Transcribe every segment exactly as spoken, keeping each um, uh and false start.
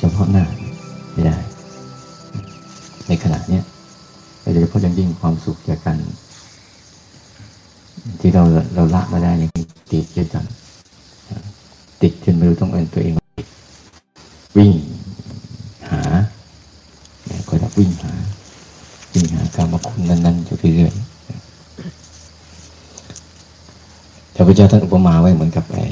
พาะหน้าไม่ได้ในขณะเนี้ยโดยเฉพาะอย่างยิ่งความสุขจากกันที่เราเราละมาได้ยังติดอยู่กันติดจนไม่รู้ต้องเอ็นตัวเองวิ่งหาคอยรับวิ่งหาวิ่งหาการมาคุณนั้นๆอยู่เรื่อยๆแต่พระเจ้าท่านอุปมาไว้เหมือนกับไอ้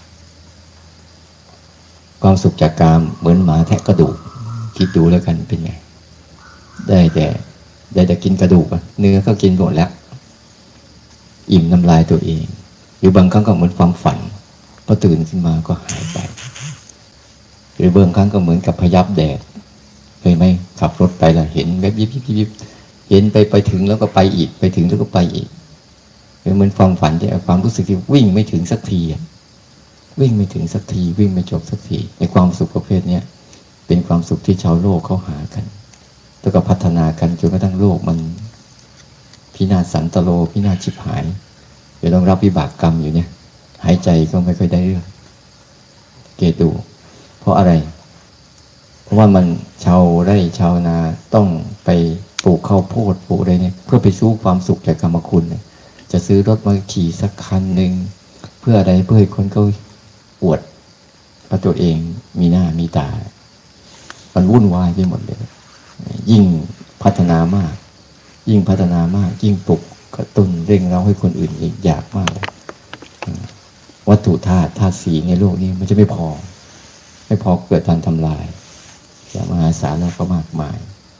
ความสุขจากกามเหมือนหมาแทะกระดูกคิดดูแล้วกันเป็นไงได้แต่ได้แต่กินกระดูกเนื้อก็กินหมดแล้วอิ่มน้ำลายตัวเองอยู่บางครั้งก็เหมือนความฝันพอตื่นขึ้นมาก็หายไปหรือบางครั้งก็เหมือนกับพยับแดดเคยไหมขับรถไปแล้วเห็นแวบยิบยิบยิบเห็นไปไปถึงแล้วก็ไปอีกไปถึงแล้วก็ไปอีกหรือเหมือนความฝันที่ความรู้สึกที่วิ่งไม่ถึงสักทีวิ่งไม่ถึงสักทีวิ่งไม่จบสักทีในความสุขประเภทนี้เป็นความสุขที่ชาวโลกเขาหากันแล้วก็พัฒนากันจนกระทั่งโลกมันพินาศสันตโลพินาศชิบหายเดี๋ยวต้องรับวิบากกรรมอยู่เนี่ยหายใจก็ไม่ค่อยได้เรื่องเกตูเพราะอะไรเพราะว่ามันชาวไร่ชาวนาต้องไปปลูกข้าวโพดปลูกอะไรเนี่ยเพื่อไปสู้ความสุขจากกรรมคุณเนี่ยจะซื้อรถมาขี่สักคันหนึ่งเพื่ออะไรเพื่อให้คนเขาอวดว่าตัวเองมีหน้ามีตามันวุ่นวายไปหมดเลยยิ่งพัฒนามากยิ่งพัฒนามากยิ่งปลุกกระตุ้นเร่งเร้าให้คนอื่นอยากมากวัตถุธาตุธาตุสีในโลกนี้มันจะไม่พอไม่พอเกิดการทำลายแต่มหาศาลแล้วก็มากมาย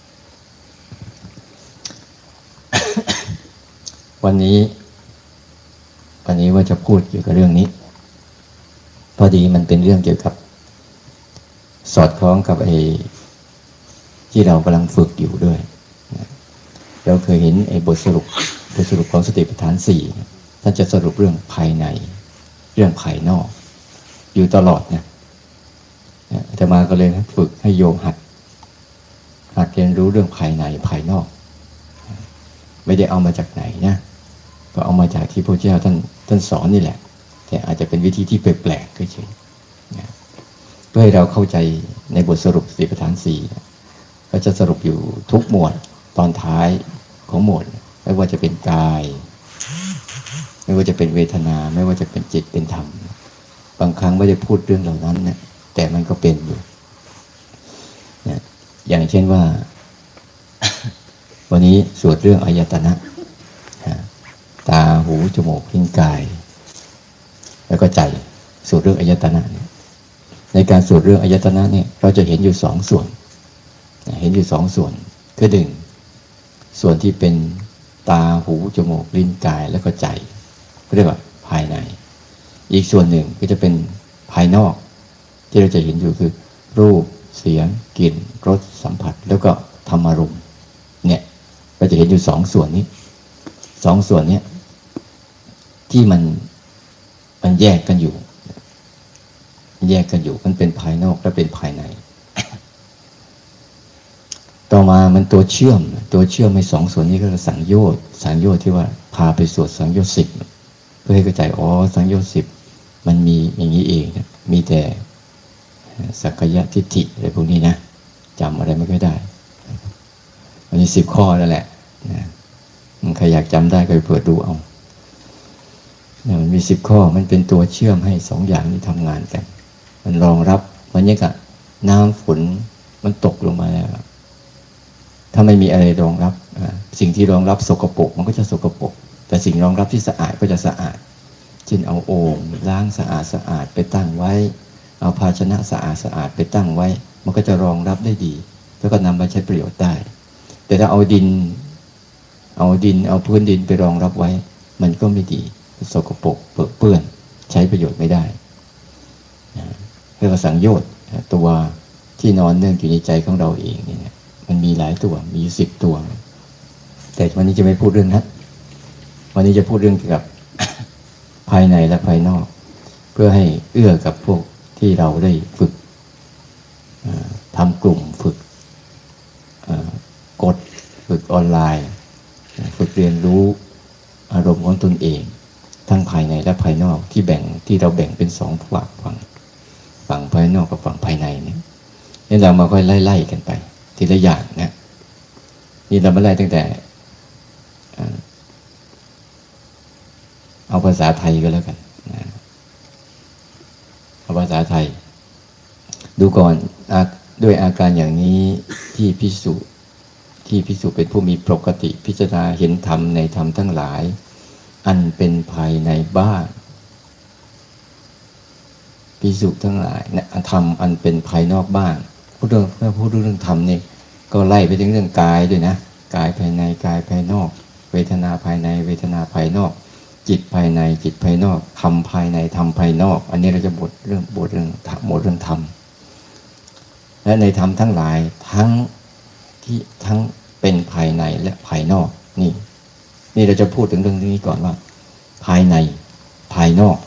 วันนี้วันนี้ว่าจะพูดเกี่ยวกับเรื่องนี้พอดีมันเป็นเรื่องเกี่ยวกับสอดคล้องกับไอ้ที่เรากำลังฝึกอยู่ด้วยเราเคยเห็นไอ้บทสรุปบทสรุปของสติปัฏฐานสี่ท่านจะสรุปเรื่องภายในเรื่องภายนอกอยู่ตลอดเนี่ยอาตมาก็เลยฝึกให้โยมหัดหัดเรียนรู้เรื่องภายในภายนอกไม่ได้เอามาจากไหนนะก็เอามาจากที่พระเจ้าท่านท่านสอนนี่แหละแต่อาจจะเป็นวิธีที่แปลกๆก็เฉยเพื่อให้เราเข้าใจในบทสรุปสติปัฏฐานสี่ก็จะสรุปอยู่ทุกหมวดตอนท้ายของหมวดไม่ว่าจะเป็นกายไม่ว่าจะเป็นเวทนาไม่ว่าจะเป็นจิตเป็นธรรมบางครั้งไม่ได้พูดเรื่องเหล่านั้นนะแต่มันก็เป็นอยู่นะอย่างเช่นว่า วันนี้สวดเรื่องอายตนะตาหูจมูกลิ้นกายแล้วก็ใจสวดเรื่องอายตนะเนี่ยในการสวดเรื่องอายตนะเนี่ยเราจะเห็นอยู่สองส่วนเห็นอยู่สองส่วนคือหนึ่งส่วนที่เป็นตาหูจมูกลิ้นกายแล้วก็ใจเรียกว่าภายในอีกส่วนหนึ่งก็จะเป็นภายนอกที่เราจะเห็นอยู่คือรูปเสียงกลิ่นรสสัมผัสแล้วก็ธรรมารมณ์เนี่ยเราจะเห็นอยู่สองส่วนนี้สองส่วนนี้ที่มันมันแยกกันอยู่แยกกันอยู่มันเป็นภายนอกและเป็นภายในต่อมามันตัวเชื่อมตัวเชื่อมในสองส่วนนี้ก็คือสังโยชน์สังโยชน์ที่ว่าพาไปสวดสังโยชน์สิบเพื่อให้เข้าใจอ๋อสังโยชน์สิบมันมีอย่างนี้เองมีแต่สักกายทิฏฐิอะไรพวกนี้นะจำอะไรไม่ค่อยได้มันมีสิบข้อนั่นแหละนะใครอยากจำได้ก็ไปเปิดดูเอาเนี่ยมันมีสิบข้อมันเป็นตัวเชื่อมให้สองอย่างนี้ทำงานกันมันรองรับมันยังกับน้ำฝนมันตกลงมาแล้วถ้าไม่มีอะไรรองรับสิ่งที่รองรับสกปรกมันก็จะสกปรกแต่สิ่งรองรับที่สะอาดก็จะสะอาดเช่นเอาโอ่งล้างสะอาดสะอาดไปตั้งไว้เอาภาชนะสะอาดสะอาดไปตั้งไว้มันก็จะรองรับได้ดีแล้วก็นำมาใช้ประโยชน์ได้แต่ถ้าเอาดินเอาดินเอาพื้นดินไปรองรับไว้มันก็ไม่ดีสกปรกเปื้อนเปื้อนใช้ประโยชน์ไม่ได้เรียกว่าสังโยชน์ตัวที่นอนเนื่องอยู่ในใจของเราเองเนี่ยมันมีหลายตัวมีสิบตัวแต่วันนี้จะไม่พูดเรื่องนั้นวันนี้จะพูดเรื่องเกี่ยวกับ ภายในและภายนอกเพื่อให้เอื้อกับพวกที่เราได้ฝึกทำกลุ่มฝึกกดฝึกออนไลน์ฝึกเรียนรู้อารมณ์ของตนเองทั้งภายในและภายนอกที่แบ่งที่เราแบ่งเป็นสองฝั่งฝั่งฝั่งภายนอกกับฝั่งภายในเนี่ยนี่เรามาค่อยไล่ๆกันไปทีละอย่างนะนี่เรามาไล่ตั้งแต่เอาภาษาไทยก็แล้วกันนะเอาภาษาไทยดูก่อนด้วยอาการอย่างนี้ที่ภิกษุที่ภิกษุเป็นผู้มีปกติพิจารณาเห็นธรรมในธรรมทั้งหลายอันเป็นภายในบ้านภิกษุทั้งหลายนะธรรมอันเป็นภายนอกบ้านพูดเรื่องถ้าพูดเรื่องธรรมนี่ก็ไล่ไปถึงเรื่องกายด้วยนะกายภายในกายภายนอกเวทนาภายในเวทนาภายนอกจิตภายในจิตภายนอกธรรมภายในธรรมภายนอกอันนี้เราจะบทเรื่องบทเรื่องหมดเรื่องธรรมและในธรรมทั้งหลายทั้งที่ทั้งเป็นภายในและภายนอกนี่นี่เราจะพูดถึงเรื่องนี้ก่อนว่าภายในภายนอก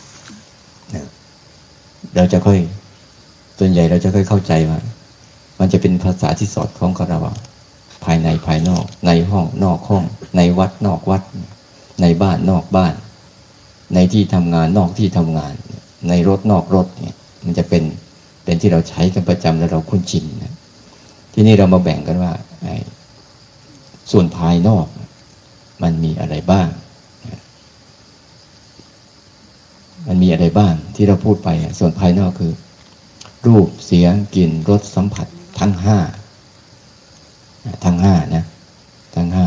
เราจะค่อยส่วนใหญ่เราจะค่อยเข้าใจว่ามันจะเป็นภาษาที่สอดคล้องกับเราภายในภายนอกในห้องนอกห้องในวัดนอกวัดในบ้านนอกบ้านในที่ทำงานนอกที่ทำงานในรถนอกรถเนี่ยมันจะเป็นเป็นที่เราใช้กันประจำและเราคุ้นชินนะที่นี่เรามาแบ่งกันว่าส่วนภายนอกมันมีอะไรบ้างมันมีอะไรบ้างที่เราพูดไปส่วนภายนอกคือรูปเสียงกลิ่นรสสัมผัสทั้งห้าทั้งห้านะทั้งห้า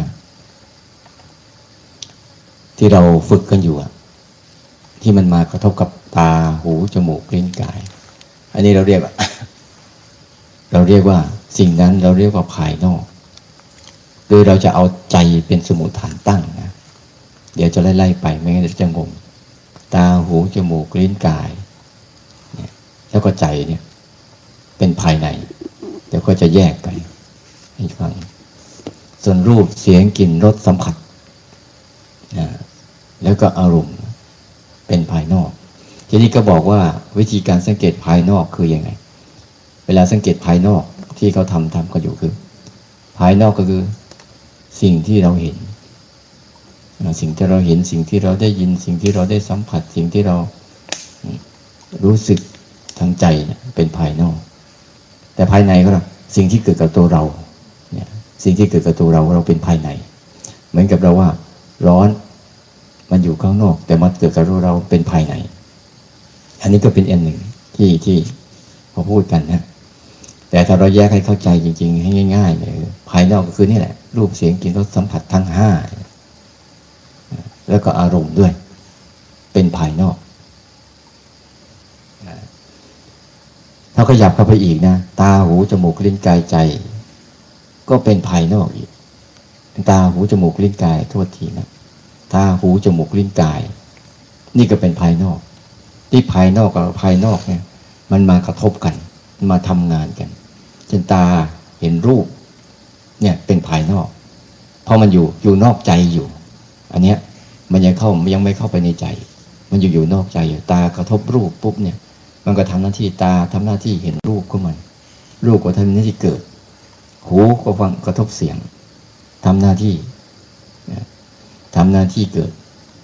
ที่เราฝึกกันอยู่ที่มันมากระทบกับตาหูจมูกลิ้นกายอันนี้เราเรียกว่าเราเรียกว่าสิ่งนั้นเราเรียกว่าภายนอกโดยเราจะเอาใจเป็นสมุฏฐานตั้งนะเดี๋ยวจะไล่ๆไปไม่งั้นจะงงตาหูจมูกลิ้นกายเนี่ยแล้วก็ใจเนี่ยเป็นภายในเดี๋ยวก็จะแยกไปให้ฟังส่วนรูปเสียงกลิ่นรสสัมผัสนะแล้วก็อารมณ์เป็นภายนอกทีนี้ก็บอกว่าวิธีการสังเกตภายนอกคือยังไงเวลาสังเกตภายนอกที่เขาทำทำกันอยู่คือภายนอกก็คือสิ่งที่เราเห็นสิ่งที่เราเห็นสิ่งที่เราได้ยินสิ่งที่เราได้สัมผัสสิ่งที่เรารู้สึกทางใจเนี่ยเป็นภายนอกแต่ภายในก็สิ่งที่เกิดกับตัวเราเนี่ยสิ่งที่เกิดกับตัวเราเราเป็นภายในเหมือนกับเราว่าร้อนมันอยู่ข้างนอกแต่มันเกิดกับเราเราเป็นภายในอันนี้ก็เป็นอันหนึ่งที่ที่พอพูดกันนะแต่ถ้าเราแยกให้เข้าใจจริงๆให้ง่ายๆเลยภายนอกก็คือนี่แหละรูปเสียงกลิ่นรสสัมผัสทั้งห้าแล้วก็อารมณ์ด้วยเป็นภายนอกถ้าขยับเข้าไปอีกนะตาหูจมูกลิ้นกายใจก็เป็นภายนอกอีกตาหูจมูกลิ้นกายโทษทีนะตาหูจมูกลิ้นกายนี่ก็เป็นภายนอกที่ภายนอกกับภายนอกเนี่ยมันมากระทบกันมาทำงานกันเช่นตาเห็นรูปเนี่ยเป็นภายนอกเพราะมันอยู่อยู่นอกใจอยู่อันเนี้ยมันยังเข้ามันยังไม่เข้าไปในใจมันอยู่อยู่นอกใจอยู่ตากระทบรูปปุ๊บเนี่ยมันก็ทำหน้าที่ตาทำหน้าที่เห็นรูปของมันรูปก็ทำหน้าที่เกิดหูก็ฟังกระทบเสียงทำหน้าที่ทำหน้าที่เกิด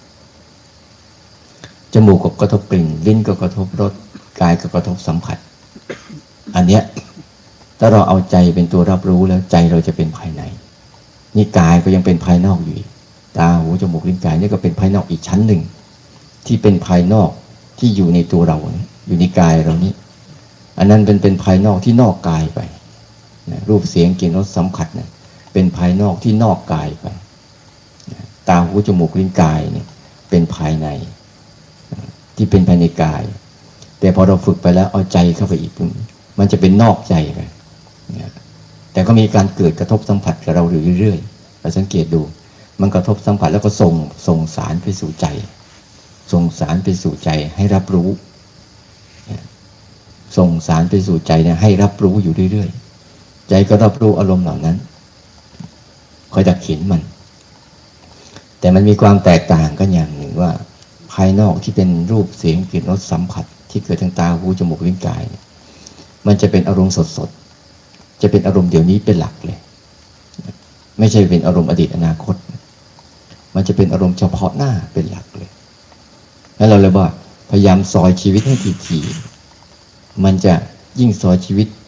จมูกก็กระทบกลิ่นลิ้นก็กระทบรสกายก็กระทบสัมผัสอันเนี้ยถ้าเราเอาใจเป็นตัวรับรู้แล้วใจเราจะเป็นภายในนี่กายก็ยังเป็นภายนอกอยู่ตาหูจมูกลิ้นกายนี่ก็เป็นภายนอกอีกชั้นหนึ่งที่เป็นภายนอกที่อยู่ในตัวเราอยู่ในกายเรานี้อันนั้นเป็นเป็นภายนอกที่นอกกายไปนะรูปเสียงกลิ่นรสสัมผัสเนี่ยเป็นภายนอกที่นอกกายไปนะตาหูจมูกลิ้นกายเนี่ยเป็นภายในที่เป็นภายในกายแต่พอเราฝึกไปแล้วเอาใจเข้าไปอีกมันจะเป็นนอกใจไปนะแต่ก็มีการเกิดกระทบสัมผัสกับเราอยู่เรื่อยๆเราสังเกตดูมันกระทบสัมผัสแล้วก็ส่งส่งสารไปสู่ใจส่งสารไปสู่ใจให้รับรู้ส่งสารไปสู่ใจเนี่ยให้รับรู้อยู่เรื่อยๆใจก็รับรู้อารมณ์เหล่านั้นคอยดักเห็นมันแต่มันมีความแตกต่างกันอย่างหนึ่งว่าภายนอกที่เป็นรูปเสียงกลิ่นรสสัมผัสที่เกิดทางตาหูจมูกลิ้นกายมันจะเป็นอารมณ์สดๆจะเป็นอารมณ์เดี๋ยวนี้เป็นหลักเลยไม่ใช่เป็นอารมณ์อดีตอนาคตมันจะเป็นอารมณ์เฉพาะหน้าเป็นหลักเลยแล้วเราเลยว่าพยายามซอยชีวิตให้ถี่ๆมันจะยิ่งซอยชีวิต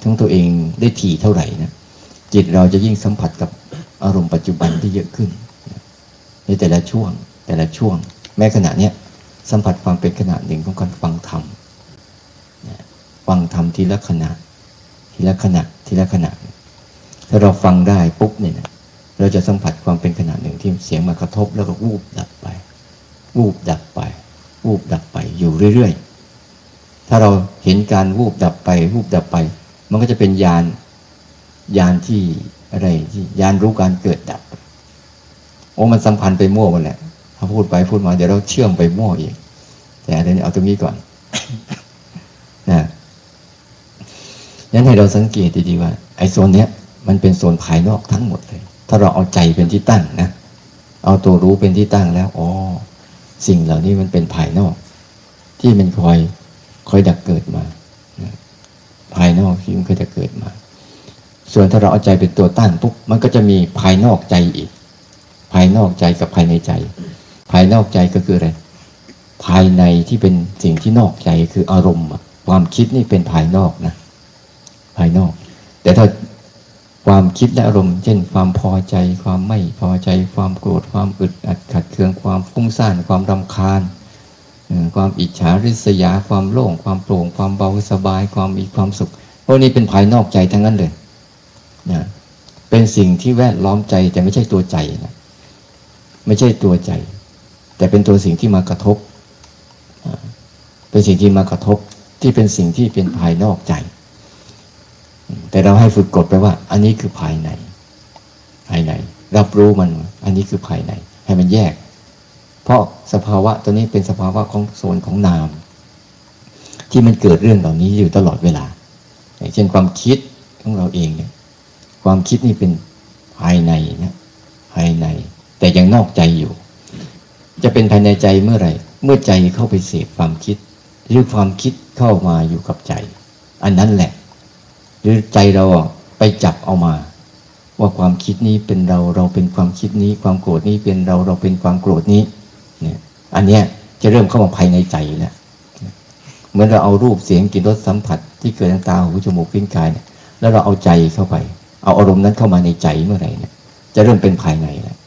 ทั้งตัวเองได้ถี่เท่าไหร่นะจิตเราจะยิ่งสัมผัสกับอารมณ์ปัจจุบันที่เยอะขึ้นในแต่ละช่วงแต่ละช่วงแม้ขณะเนี้ยสัมผัสความเป็นขณะหนึ่งของการฟังธรรมฟังธรรมทีละขณะทีละขณะทีละขณะถ้าเราฟังได้ปุ๊บเนี่ยนะเราจะสัมผัสความเป็นขณะหนึ่งที่เสียงมากระทบแล้วก็วูบดับไปวูบดับไปวูบดับไปอยู่เรื่อยๆถ้าเราเห็นการวูบดับไปวูบดับไปมันก็จะเป็นญาณญาณที่อะไรที่ญาณรู้การเกิดดับโอ้มันสัมพันธ์ไปมั่วหมดแหละถ้าพูดไปพูดมาเดี๋ยวเราเชื่อมไปมั่วอีกแต่เดี๋ยวเอาตรงนี้ก่อน นะงั้นให้เราสังเกตดีๆว่าไอ้โซนเนี้ยมันเป็นโซนภายนอกทั้งหมดเลยถ้าเราเอาใจเป็นที่ตั้งนะเอาตัวรู้เป็นที่ตั้งแล้วอ๋อสิ่งเหล่านี้มันเป็นภายนอกที่มันคอยคอยดักเกิดมานะภายนอกที่มันเคยจะเกิดมาส่วนถ้าเราเอาใจเป็นตัวตั้งปุ๊บมันก็จะมีภายนอกใจอีกภายนอกใจกับภายในใจภายนอกใจก็คืออะไรภายในที่เป็นสิ่งที่นอกใจคืออารมณ์ความคิดนี่เป็นภายนอกนะภายนอกแต่ถ้าความคิดและอารมณ์เช่นความพอใจความไม่พอใจความโกรธความอึดอัดขัดเคืองความฟุ้งซ่านความรำคาญความอิจฉาริษยาความโล่งความโปร่งความเบาสบายความมีความสุขพวกนี้เป็นภายนอกใจทั้งนั้นเลยนะเป็นสิ่งที่แวดล้อมใจแต่ไม่ใช่ตัวใจนะไม่ใช่ตัวใจแต่เป็นตัวสิ่งที่มากระทบเป็นสิ่งที่มากระทบที่เป็นสิ่งที่เป็นภายนอกใจแต่เราให้ฝึกกดไปว่าอันนี้คือภายในภายในรับรู้มันอันนี้คือภายในให้มันแยกเพราะสภาวะตัวนี้เป็นสภาวะของโซนของนามที่มันเกิดเรื่องเหล่านี้อยู่ตลอดเวลาอย่างเช่นความคิดของเราเองเนี่ยความคิดนี่เป็นภายในนะภายในแต่ยังนอกใจอยู่จะเป็นภายในใจเมื่อไหร่เมื่อใจเข้าไปเสพความคิดหรือความคิดเข้ามาอยู่กับใจอันนั้นแหละหรือใจเราไปจับเอามาว่าความคิดนี้เป็นเราเราเป็นความคิดนี้ความโกรธนี้เป็นเราเราเป็นความโกรธนี้เนี่ยอันเนี้ยจะเริ่มเข้ามาภายในใจแล้วเหมือนเราเอารูปเสียงกลิ่นรสสัมผัสที่เกิดทางตาหูจมูกลิ้นกายเนี่ยแล้วเราเอาใจเข้าไปเอาอารมณ์นั้นเข้ามาในใจเมื่อไหร่เนี่ยจะเริ่มเป็นภายในแล้ว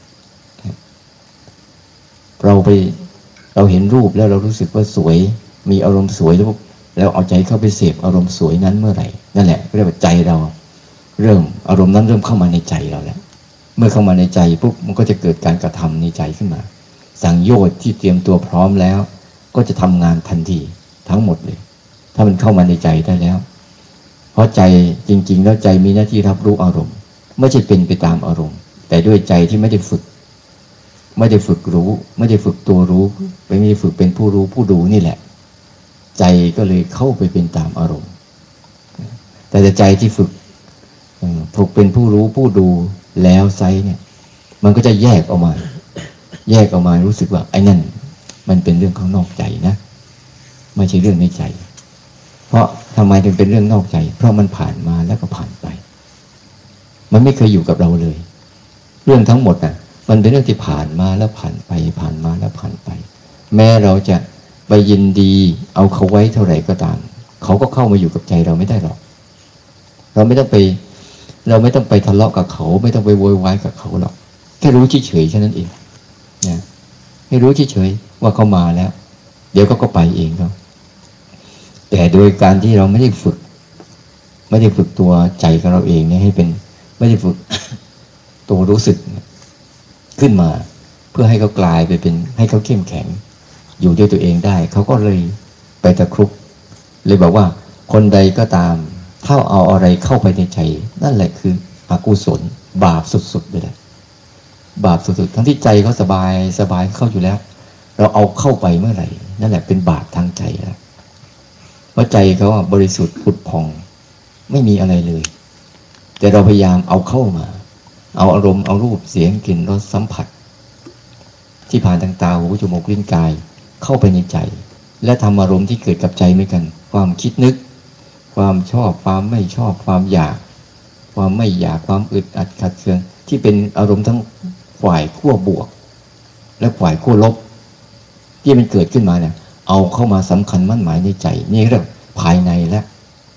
เราไปเราเห็นรูปแล้วเรารู้สึกว่าสวยมีอารมณ์สวยแล้วแล้วเอาใจเข้าไปเสพอารมณ์สวยนั้นเมื่อไหร่นั่นแหละเรียกว่าใจเราเริ่มอารมณ์นั้นเริ่มเข้ามาในใจเราแล้วเมื่อเข้ามาในใจปุ๊บมันก็จะเกิดการกระทำในใจขึ้นมาสังโยชน์ที่เตรียมตัวพร้อมแล้วก็จะทำงานทันทีทั้งหมดเลยถ้ามันเข้ามาในใจได้แล้วเพราะใจจริงๆแล้วใจมีหน้าที่รับรู้อารมณ์ไม่ใช่เป็นไปตามอารมณ์แต่ด้วยใจที่ไม่ได้ฝึกไม่ได้ฝึกรู้ไม่ได้ฝึกตัวรู้ไม่ได้ฝึกเป็นผู้รู้ผู้ดูนี่แหละใจก็เลยเข้าไปเป็นตามอารมณ์แต่ใจที่ฝึกฝึกเป็นผู้รู้ผู้ดูแล้วไซเนี่ยมันก็จะแยกออกมาแยกออกมารู้สึกว่าไอ้นั่นมันเป็นเรื่องข้างนอกใจนะไม่ใช่เรื่องในใจเพราะทำไมถึงเป็นเรื่องนอกใจเพราะมันผ่านมาแล้วก็ผ่านไปมันไม่เคยอยู่กับเราเลยเรื่องทั้งหมดอ่ะมันเป็นเรื่องที่ผ่านมาแล้วผ่านไปผ่านมาแล้วผ่านไปแม้เราจะไปยินดีเอาเขาไว้เท่าไหร่ก็ตามเขาก็เข้ามาอยู่กับใจเราไม่ได้หรอกเราไม่ต้องไปเราไม่ต้องไปทะเลาะกับเขาไม่ต้องไปโวยวายกับเขาหรอกแค่รู้เฉยๆแค่นั้นเองนะให้รู้เฉยๆว่าเขามาแล้วเดี๋ยวก็ก็ไปเองเขาแต่โดยการที่เราไม่ได้ฝึกไม่ได้ฝึกตัวใจของเราเองเนี่ยให้เป็นไม่ได้ฝึก ตัวรู้สึกขึ้นมาเพื่อให้เขากลายไปเป็นให้เขาเข้มแข็งอยู่ด้วยตัวเองได้เขาก็เลยไปตะครุบเลยบอกว่าคนใดก็ตามถ้าเอาอะไรเข้าไปในใจนั่นแหละคืออกุศลบาปสุดๆเลยแหละบาปสุดๆทั้งที่ใจเขาสบายสบายเข้าอยู่แล้วเราเอาเข้าไปเมื่อไหร่นั่นแหละเป็นบาปทางใจแล้วเพราะใจเขาบริสุทธิ์ผุดผ่องไม่มีอะไรเลยแต่เราพยายามเอาเข้ามาเอาอารมณ์เอารูปเสียงกลิ่นรสสัมผัสที่ผ่านทางตาหูจมูกลิ้นกายเข้าไปในใจและทำอารมณ์ที่เกิดกับใจเหมือนกันความคิดนึกความชอบความไม่ชอบความอยากความไม่อยากความอึดอัดขัดเคืองที่เป็นอารมณ์ทั้งฝ่ายขั้วบวกและฝ่ายขั้วลบที่มันเกิดขึ้นมาเนี่ยเอาเข้ามาสำคัญมั่นหมายในใจนี่เรียกภายในและ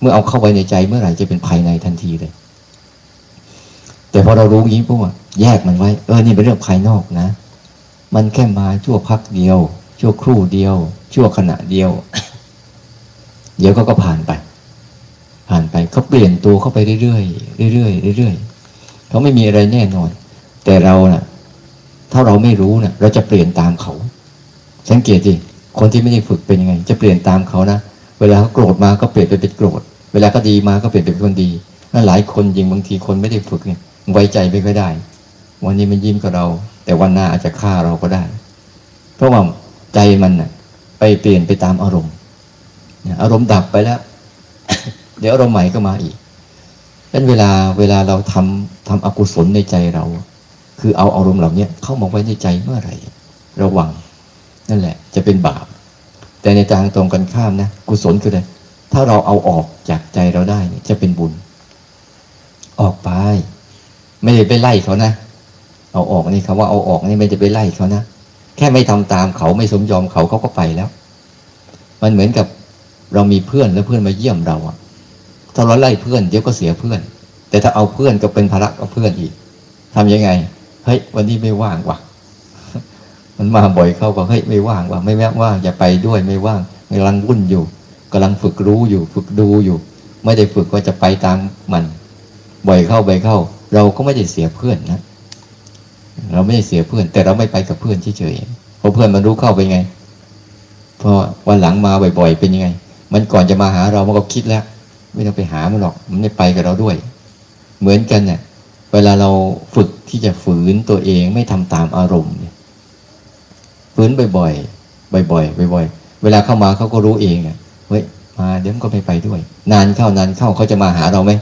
เมื่อเอาเข้าไปในใจเมื่อไหร่จะเป็นภายในทันทีเลยแต่พอเรารู้อย่างนี้ปุ๊บอะแยกมันไว้เออนี่เป็นเรื่องภายนอกนะมันแค่มาชั่วพักเดียวชั่วครู่เดียวชั่วขณะเดียวเดี๋ยวก็ก็ผ่านไปผ่านไปเขาเปลี่ยนตัวเข้าไปเรื่อยๆเรื่อยๆเรื่อยๆเขาไม่มีอะไรแน่นอนแต่เราน่ะถ้าเราไม่รู้น่ะเราจะเปลี่ยนตามเขาสังเกตดิคนที่ไม่ได้ฝึกเป็นยังไงจะเปลี่ยนตามเขานะเวลาเขาโกรธมาก็เปลี่ยนไปเป็นโกรธเวลาก็ดีมาก็เปลี่ยนไปเป็นคนดีนั่นหลายคนยิงบางทีคนไม่ได้ฝึกเนี่ยไว้ใจไม่ค่อยได้วันนี้มันยิ้มกับเราแต่วันหน้าอาจจะฆ่าเราก็ได้เพราะว่าใจมันน่ะไปเปลี่ยนไปตามอารมณ์อารมณ์ดับไปแล้ว เดี๋ยวอารมณ์ใหม่ก็มาอีกดังนั้นเวลาเวลาเราทำทำอกุศลในใจเราคือเอาอารมณ์เหล่านี้เข้ามาไว้ในใจเมื่อไหร่ระวังนั่นแหละจะเป็นบาปแต่ในทางตรงกันข้ามนะกุศลคืออะไรถ้าเราเอาออกจากใจเราได้เนี่ยจะเป็นบุญออกไปไม่ได้ไปไล่เขานะเอาออกนี่คำว่าเอาออกนี่ไม่ได้ไปไล่เขานะแค่ไม่ทำตามเขาไม่สมยอมเขาเขาก็ไปแล้วมันเหมือนกับเรามีเพื่อนแล้วเพื่อนมาเยี่ยมเราอะถ้าเราไล่เพื่อนเดี๋ยวก็เสียเพื่อนแต่ถ้าเอาเพื่อนก็เป็นภาระกับเพื่อนอีกทำยังไงเฮ้ยวันนี้ไม่ว่างว่ะมันมาบ่อยเข้าก็เฮ้ยไม่ว่างว่ะไม่แม้ว่างอย่าไปด้วยไม่ว่างกำลังวุ่นอยู่กำลังฝึกรู้อยู่ฝึกดูอยู่ไม่ได้ฝึกว่าจะไปตามมันบ่อยเข้าบ่อยเข้าเราก็ไม่ได้เสียเพื่อนนะเราไม่ได้เสียเพื่อนแต่เราไม่ไปกับเพื่อนเฉยๆพอเพื่อนมันรู้เข้าไปไงพอวันหลังมาบ่อยๆเป็นยังไงมันก่อนจะมาหาเรามันก็คิดแล้วไม่ต้องไปหามันหรอกมันไม่ไปกับเราด้วยเหมือนกันเนี่ยเวลาเราฝึกที่จะฝืนตัวเองไม่ทำตามอารมณ์เนี่ยฝืนบ่อยๆบ่อยๆบ่อยๆเวลาเข้ามาเขาก็รู้เองอ่ะเฮ้ยมาเดี๋ยวก็ไม่ไปด้วยนานเข้านานเข้าเขาจะมาหาเราไหม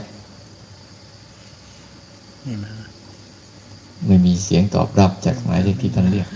ไม่มาไม่มีเสียงตอบรับจากหมายเลขที่ท่านเรียก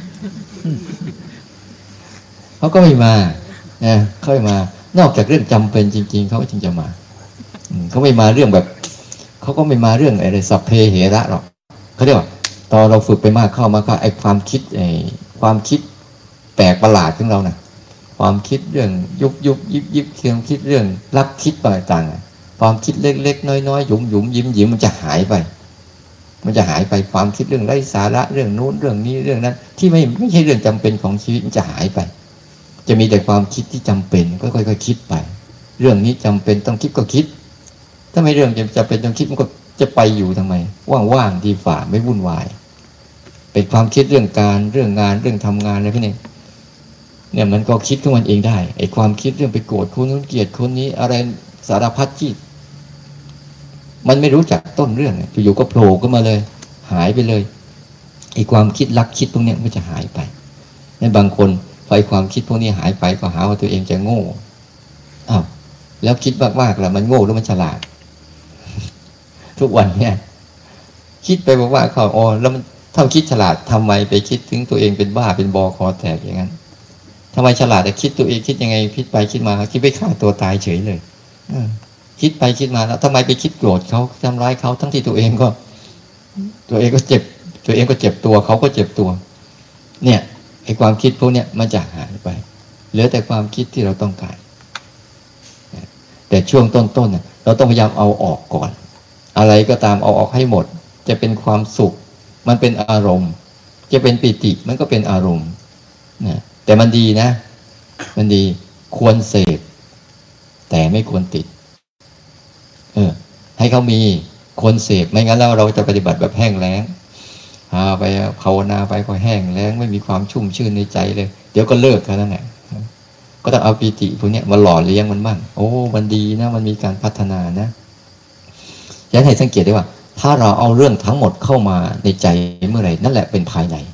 เขาก็ไม่มานะเขาไม่มานอกจากเรื่องจำเป็นจริงๆเขาจึงจะมาเขาไม่มาเรื่องแบบเขาก็ไม่มาเรื่องอะไรสัพเพเหระหรอกเขาเรียกว่าตอนเราฝึกไปมากเข้ามากเข้าไอ้ความคิดไอ้ความคิดแปลกประหลาดของเรานะความคิดเรื่องยุบยุบยิบยิบเคียงคิดเรื่องรับคิดต่างๆความคิดเล็กๆน้อยๆหยุมหยุมยิ้มยิ้มมันจะหายไปมันจะหายไปความคิดเรื่องไร้สาระเรื่องนู้นเรื่องนี้เรื่องนั้นที่ไม่ไม่ใช่เรื่องจำเป็นของชีวิตมันจะหายไปจะมีแต่ความคิดที่จำเป็นก็ค่อยๆคิดไปเรื่องนี้จำเป็นต้องคิดก็คิดถ้าไม่เรื่องจำเป็นต้องคิดมันก็จะไปอยู่ทำไมว่างๆดีฝ่าไม่วุ่นวายเป็นความคิดเรื่องการเรื่องงานเรื่องทำงานอะไรพวกนี้เนี่ยมันก็คิดขึ้นมันเองได้ไอ้ความคิดเรื่องไปโกรธคนนู้นเกลียดคนนี้อะไรสารพัดที่มันไม่รู้จักต้นเรื่องอยู่ๆก็โผล่ขึ้นมาเลยหายไปเลยไอ้ความคิดลักคิดพวกนี้มันจะหายไปนั่นบางคนพอไอ้ความคิดพวกนี้หายไปก็หาว่าตัวเองจะโง่อ้าวแล้วคิดมากๆแล้วมันโง่หรือมันฉลาดทุกวันเนี่ยคิดไปบอกว่าเขาอ๋อแล้วมันถ้าคิดฉลาดทำไมไปคิดถึงตัวเองเป็นบ้าเป็นบอคอแตกอย่างนั้นทำไมฉลาดแต่คิดตัวเองคิดยังไงคิดไปคิดมาคิดไปฆ่าตัวตายเฉยเลยคิดไปคิดมาแล้วทำไมไปคิดโกรธเขาทำร้ายเขาทั้งที่ตัวเองก็ตัวเองก็เจ็บตัวเองก็เจ็บตัวเขาก็เจ็บตัวเนี่ยไอ้ความคิดพวกเนี้ยมันจะหายไปเหลือแต่ความคิดที่เราต้องการแต่ช่วงต้นๆเนี่ยเราต้องพยายามเอาออกก่อนอะไรก็ตามเอาออกให้หมดจะเป็นความสุขมันเป็นอารมณ์จะเป็นปิติมันก็เป็นอารมณ์นะแต่มันดีนะมันดีควรเสพแต่ไม่ควรติดเออให้เขามีคนเสพไม่งั้นแล้วเราจะปฏิบัติแบบแห้งแล้งพาไปภาวนาไปก็แห้งแล้งไม่มีความชุ่มชื่นในใจเลยเดี๋ยวก็เลิกกันนั่นแหละก็ต้องเอาปิติพวกนี้มาหล่อเลี้ยงมันบ้างโอ้มันดีนะมันมีการพัฒนานะฉะนั้นให้สังเกตได้ว่าถ้าเราเอาเรื่องทั้งหมดเข้ามาในใจเมื่อไหร่นั่นแหละเป็นภายใน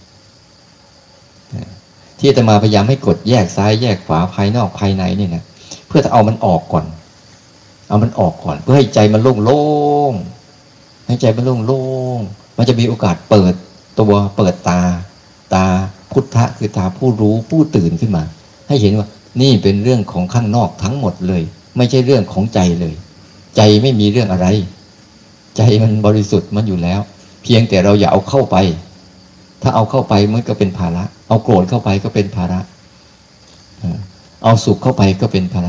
ที่อาตมาพยายามให้กดแยกซ้ายแยกขวาภายนอกภายในเนี่ยนะเพื่อจะเอามันออกก่อนเอามันออกก่อนเพื่อให้ใจมันโล่งๆให้ใจมันโล่งๆมันจะมีโอกาสเปิดตัวเปิดตาตาพุทธะคือตาผู้รู้ผู้ตื่นขึ้นมาให้เห็นว่านี่เป็นเรื่องของข้างนอกทั้งหมดเลยไม่ใช่เรื่องของใจเลยใจไม่มีเรื่องอะไรใจมันบริสุทธิ์มันอยู่แล้วเพียงแต่เราอย่าเอาเข้าไปถ้าเอาเข้าไปมันก็เป็นภาระเอาโกรธเข้าไปก็เป็นภาระเอาสุขเข้าไปก็เป็นภาระ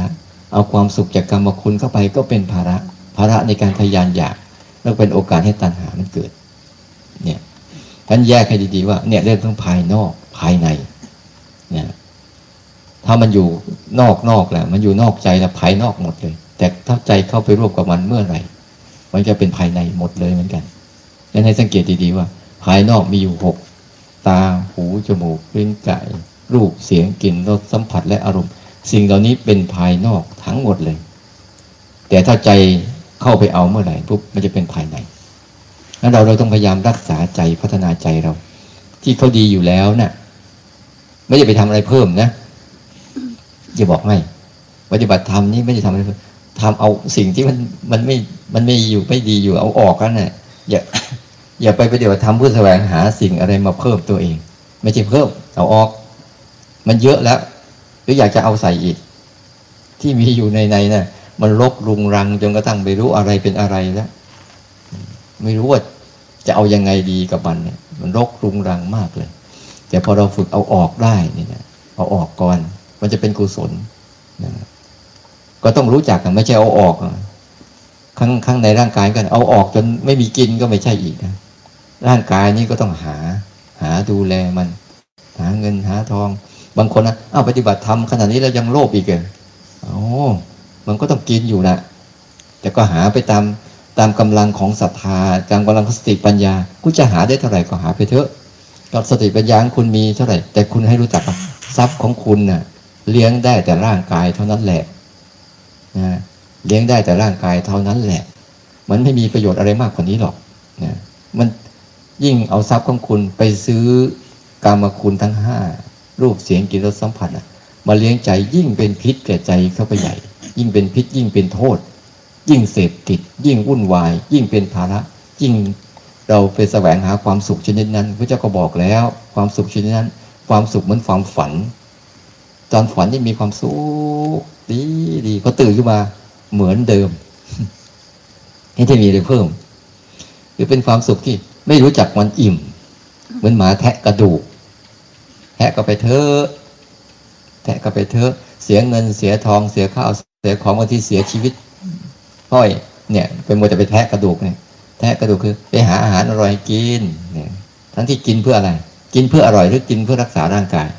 เอาความสุขจากกรรมคุณเข้าไปก็เป็นภาระภาระในการทะยานอยากแล้วเป็นโอกาสให้ตัณหามันเกิดเนี่ยท่านแยกให้ดีๆว่าเนี่ยเรื่องทั้งภายนอกภายในเนี่ยถ้ามันอยู่นอกนอกแหละมันอยู่นอกใจแล้วภายนอกหมดเลยแต่ถ้าใจเข้าไปร่วมกับมันเมื่อไหร่มันจะเป็นภายในหมดเลยเหมือนกันดังนั้นให้สังเกตดีๆว่าภายนอกมีอยู่หกตาหูจมูกลิ้นกายรูปเสียงกลิ่นรสสัมผัสและอารมณ์สิ่งเหล่านี้เป็นภายนอกทั้งหมดเลยแต่ถ้าใจเข้าไปเอาเมื่อไหร่ปุ๊บมันจะเป็นภายในงั้นเราเราต้องพยายามรักษาใจพัฒนาใจเราที่เขาดีอยู่แล้วนะ่ะไม่ได้ไปทำอะไรเพิ่มนะจะบอกให้ปฏิบัติธรรมนี่ไม่ได้ทำอะไรเพิ่มทำเอาสิ่งที่มันมันไม่มันไม่อยู่ไม่ดีอยู่เอาออกกันนะ่ะอย่าอย่าไปปฏิบัติธรรมเพื่อแสวงหาสิ่งอะไรมาเพิ่มตัวเองไม่ใช่เพิ่มเอาออกมันเยอะแล้วหรืออยากจะเอาใส่อีกที่มีอยู่ในในน่ะมันรกรุงรังจนกระทั่งไม่รู้อะไรเป็นอะไรแล้วไม่รู้ว่าจะเอายังไงดีกับมันเนี่ยมันรกรุงรังมากเลยแต่พอเราฝึกเอาออกได้นี่นะเอาออกก่อนมันจะเป็นกุศลนะก็ต้องรู้จักกันไม่ใช่เอาออกข้างข้างในร่างกายกันเอาออกจนไม่มีกินก็ไม่ใช่อีกนะร่างกายนี้ก็ต้องหาหาดูแลมันหาเงินหาทองบางคนนะอ้าวปฏิบัติธรรมขนาดนี้แล้วยังโลภอีกเหรออ๋อมันก็ต้องกินอยู่นะแต่ก็หาไปตามตามกำลังของศรัทธาตามกำลังของสติปัญญาคุณจะหาได้เท่าไหร่ก็หาไปเถอะกับสติปัญญาคุณมีเท่าไหร่แต่คุณให้รู้จักว่าทรัพย์ของคุณน่ะเลี้ยงได้แต่ร่างกายเท่านั้นแหละนะเลี้ยงได้แต่ร่างกายเท่านั้นแหละมันไม่มีประโยชน์อะไรมากกว่านี้หรอกนะมันยิ่งเอาทรัพย์ของคุณไปซื้อกามคุณทั้งห้ารูปเสียงกลิ่นรสสัมผัสอ่ะมาเลี้ยงใจยิ่งเป็นพิษแก่ใจเข้าไปใหญ่ยิ่งเป็นพิษยิ่งเป็นโทษยิ่งเสพติดยิ่งวุ่นวายยิ่งเป็นภาระยิ่งเราไปแสวงหาความสุขชนิดนั้นพระเจ้าก็บอกแล้วความสุขชนิดนั้นความสุขเหมือนความฝันตอนฝันที่มีความสุขดีดีพอตื่นขึ้นมาเหมือนเดิมไม่ได้มีอะไรเพิ่มคือเป็นความสุขที่ไม่รู้จักมันอิ่มเหมือนหมาแทะกระดูกแทะก็ไปเถอะแทะก็ไปเถอะเสียเงินเสียทองเสียข้าวเสียของบางทีเสียชีวิตพ่อยเนี่ยเป็นมัวแต่ไปแทะกระดูกเนี่ยแทะกระดูกคือไปหาอาหารอร่อยกินเนี่ยทั้งที่กินเพื่ออะไรกินเพื่ออร่อยหรือกินเพื่อรักษาร่างกาย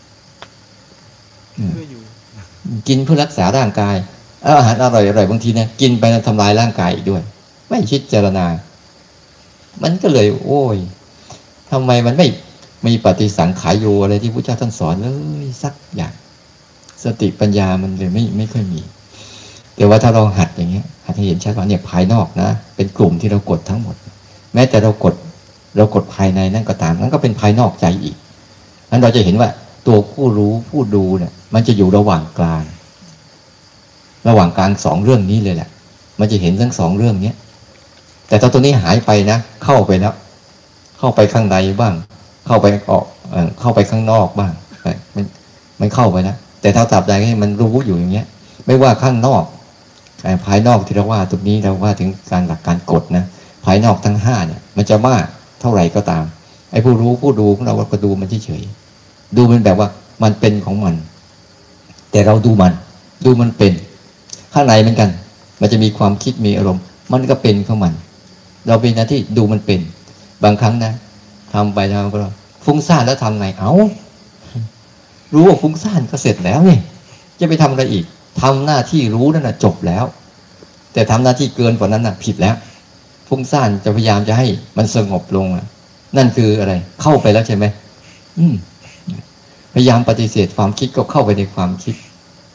กินเพื่อรักษาร่างกายอาหารอร่อยอร่อยบางทีเนี่ยกินไปแล้วทำลายร่างกายอีกด้วยไม่คิดเจรณามันก็เลยโอ้ยทำไมมันไม่มีปฏิสังขายโยอะไรที่พระเจ้าท่านสอนเลยสักอย่างสติปัญญามันเลยไม่ไม่ค่อยมีแต่ว่าถ้าเราหัดอย่างเงี้ยหัดให้เห็นชัดว่าเนี่ยภายนอกนะเป็นกลุ่มที่เรากดทั้งหมดแม้แต่เรากดเรากดภายในนั่นก็ตามนั่นก็เป็นภายนอกใจอีกนั้นเราจะเห็นว่าตัวผู้รู้ผู้ดูเนี่ยมันจะอยู่ระหว่างกลางระหว่างกลางสองเรื่องนี้เลยแหละมันจะเห็นทั้งสองเรื่องเนี้ยแต่ถ้าตัวนี้หายไปนะเข้าไปแล้วเข้าไปข้างในบ้างเข้าไปออกเข้าไปข้างนอกบ้างมันมันเข้าไปนะแต่ถ้าตับใดให้มันรู้อยู่อย่างเงี้ยไม่ว่าข้างนอกภายนอกที่เราว่าตรงนี้เราว่าถึงการหลักการกฎนะภายนอกทั้งห้าเนี่ยมันจะมากเท่าไหร่ก็ตามไอ้ผู้รู้ผู้ดูของเราก็ดูมันเฉยๆดูมันแบบว่ามันเป็นของมันแต่เราดูมันดูมันเป็นข้างในเหมือนกันมันจะมีความคิดมีอารมณ์มันก็เป็นของมันเราเป็นหน้าที่ดูมันเป็นบางครั้งนะทำไปทำก็ฟุ้งซ่านแล้วทำไงเอารู้ว่าฟุ้งซ่านก็เสร็จแล้วนี่จะไปทำอะไรอีกทำหน้าที่รู้นั่นนะจบแล้วแต่ทำหน้าที่เกินกว่านั้นนะผิดแล้วฟุ้งซ่านจะพยายามจะให้มันสงบลงนั่นคืออะไรเข้าไปแล้วใช่ไหมอืมพยายามปฏิเสธความคิดก็เข้าไปในความคิด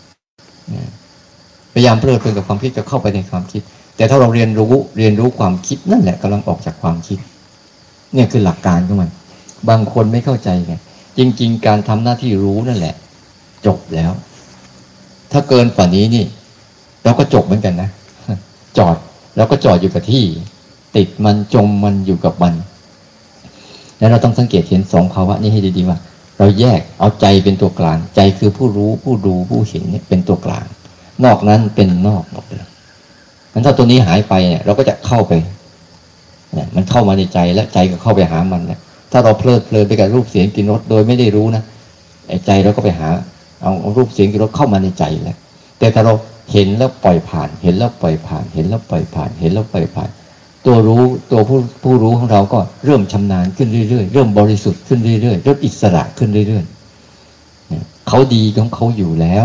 พยายามเพลิดเพลินกับความคิดก็เข้าไปในความคิดแต่ถ้าเราเรียนรู้เรียนรู้ความคิดนั่นแหละกำลังออกจากความคิดเนี่ยคือหลักการของมันบางคนไม่เข้าใจไงจริงๆการทำหน้าที่รู้นั่นแหละจบแล้วถ้าเกินฝ่านี้นี่เราก็จบเหมือนกันนะจอดแล้วก็จอดอยู่กับที่ติดมันจมมันอยู่กับมันแล้วเราต้องสังเกตเห็นสองภาวะนี้ให้ดีๆว่าเราแยกเอาใจเป็นตัวกลางใจคือผู้รู้ผู้ดูผู้เห็นเนี่ยเป็นตัวกลางนอกนั้นเป็นนอกหมดเลยงั้นถ้าตัวนี้หายไปเนี่ยเราก็จะเข้าไปเนี่ยมันเข้ามาในใจและใจก็เข้าไปหามันนะถ้าเราเพลิดเพลินไปกับรูปเสียงกลิ่นรสโดยไม่ได้รู้นะไอ้ใจเราก็ไปหาเอาเอารูปเสียงกลิ่นรสเข้ามาในใจแล้วแต่ถ้าเราเห็นแล้วปล่อยผ่านเห็นแล้วปล่อยผ่านเห็นแล้วปล่อยผ่านเห็นแล้วปล่อยผ่านตัวรู้ตัวผู้ผู้รู้ของเราก็เริ่มชำนาญขึ้นเรื่อยๆเริ่มบริสุทธิ์ขึ้นเรื่อยๆเริ่มอิสระขึ้นเรื่อยๆเขาดีของเขาอยู่แล้ว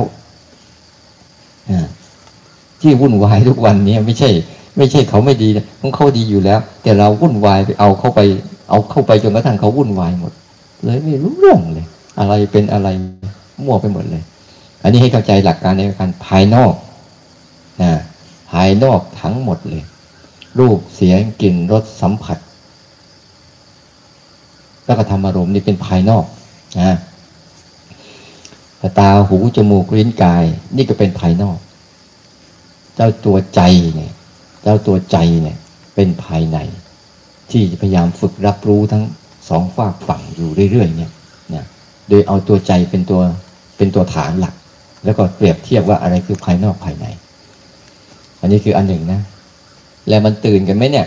ที่วุ่นวายทุกวันนี้ไม่ใช่ไม่ใช่เขาไม่ดีนะของเขาดีอยู่แล้วแต่เราวุ่นวายไปเอาเข้าไปเอาเข้าไปจนกระทั่งเขาวุ่นวายหมดเลยไม่รู้เรื่องเลยอะไรเป็นอะไรมั่วไปหมดเลยอันนี้ให้เข้าใจหลักการในการภายนอกนะภายนอกทั้งหมดเลยรูปเสียงกลิ่นรสสัมผัสแล้วก็ธรรมอารมณ์นี่เป็นภายนอกนะตาหูจมูกลิ้นกายนี่ก็เป็นภายนอกเจ้าตัวใจเนี่ยเจ้าตัวใจเนี่ยเป็นภายในที่พยายามฝึกรับรู้ทั้งสองฝากฝั่งอยู่เรื่อยๆเนี่ยนะโดยเอาตัวใจเป็นตัวเป็นตัวฐานหลักแล้วก็เปรียบเทียบว่าอะไรคือภายนอกภายในอันนี้คืออันหนึ่งนะแล้วมันตื่นกันไหมเนี่ย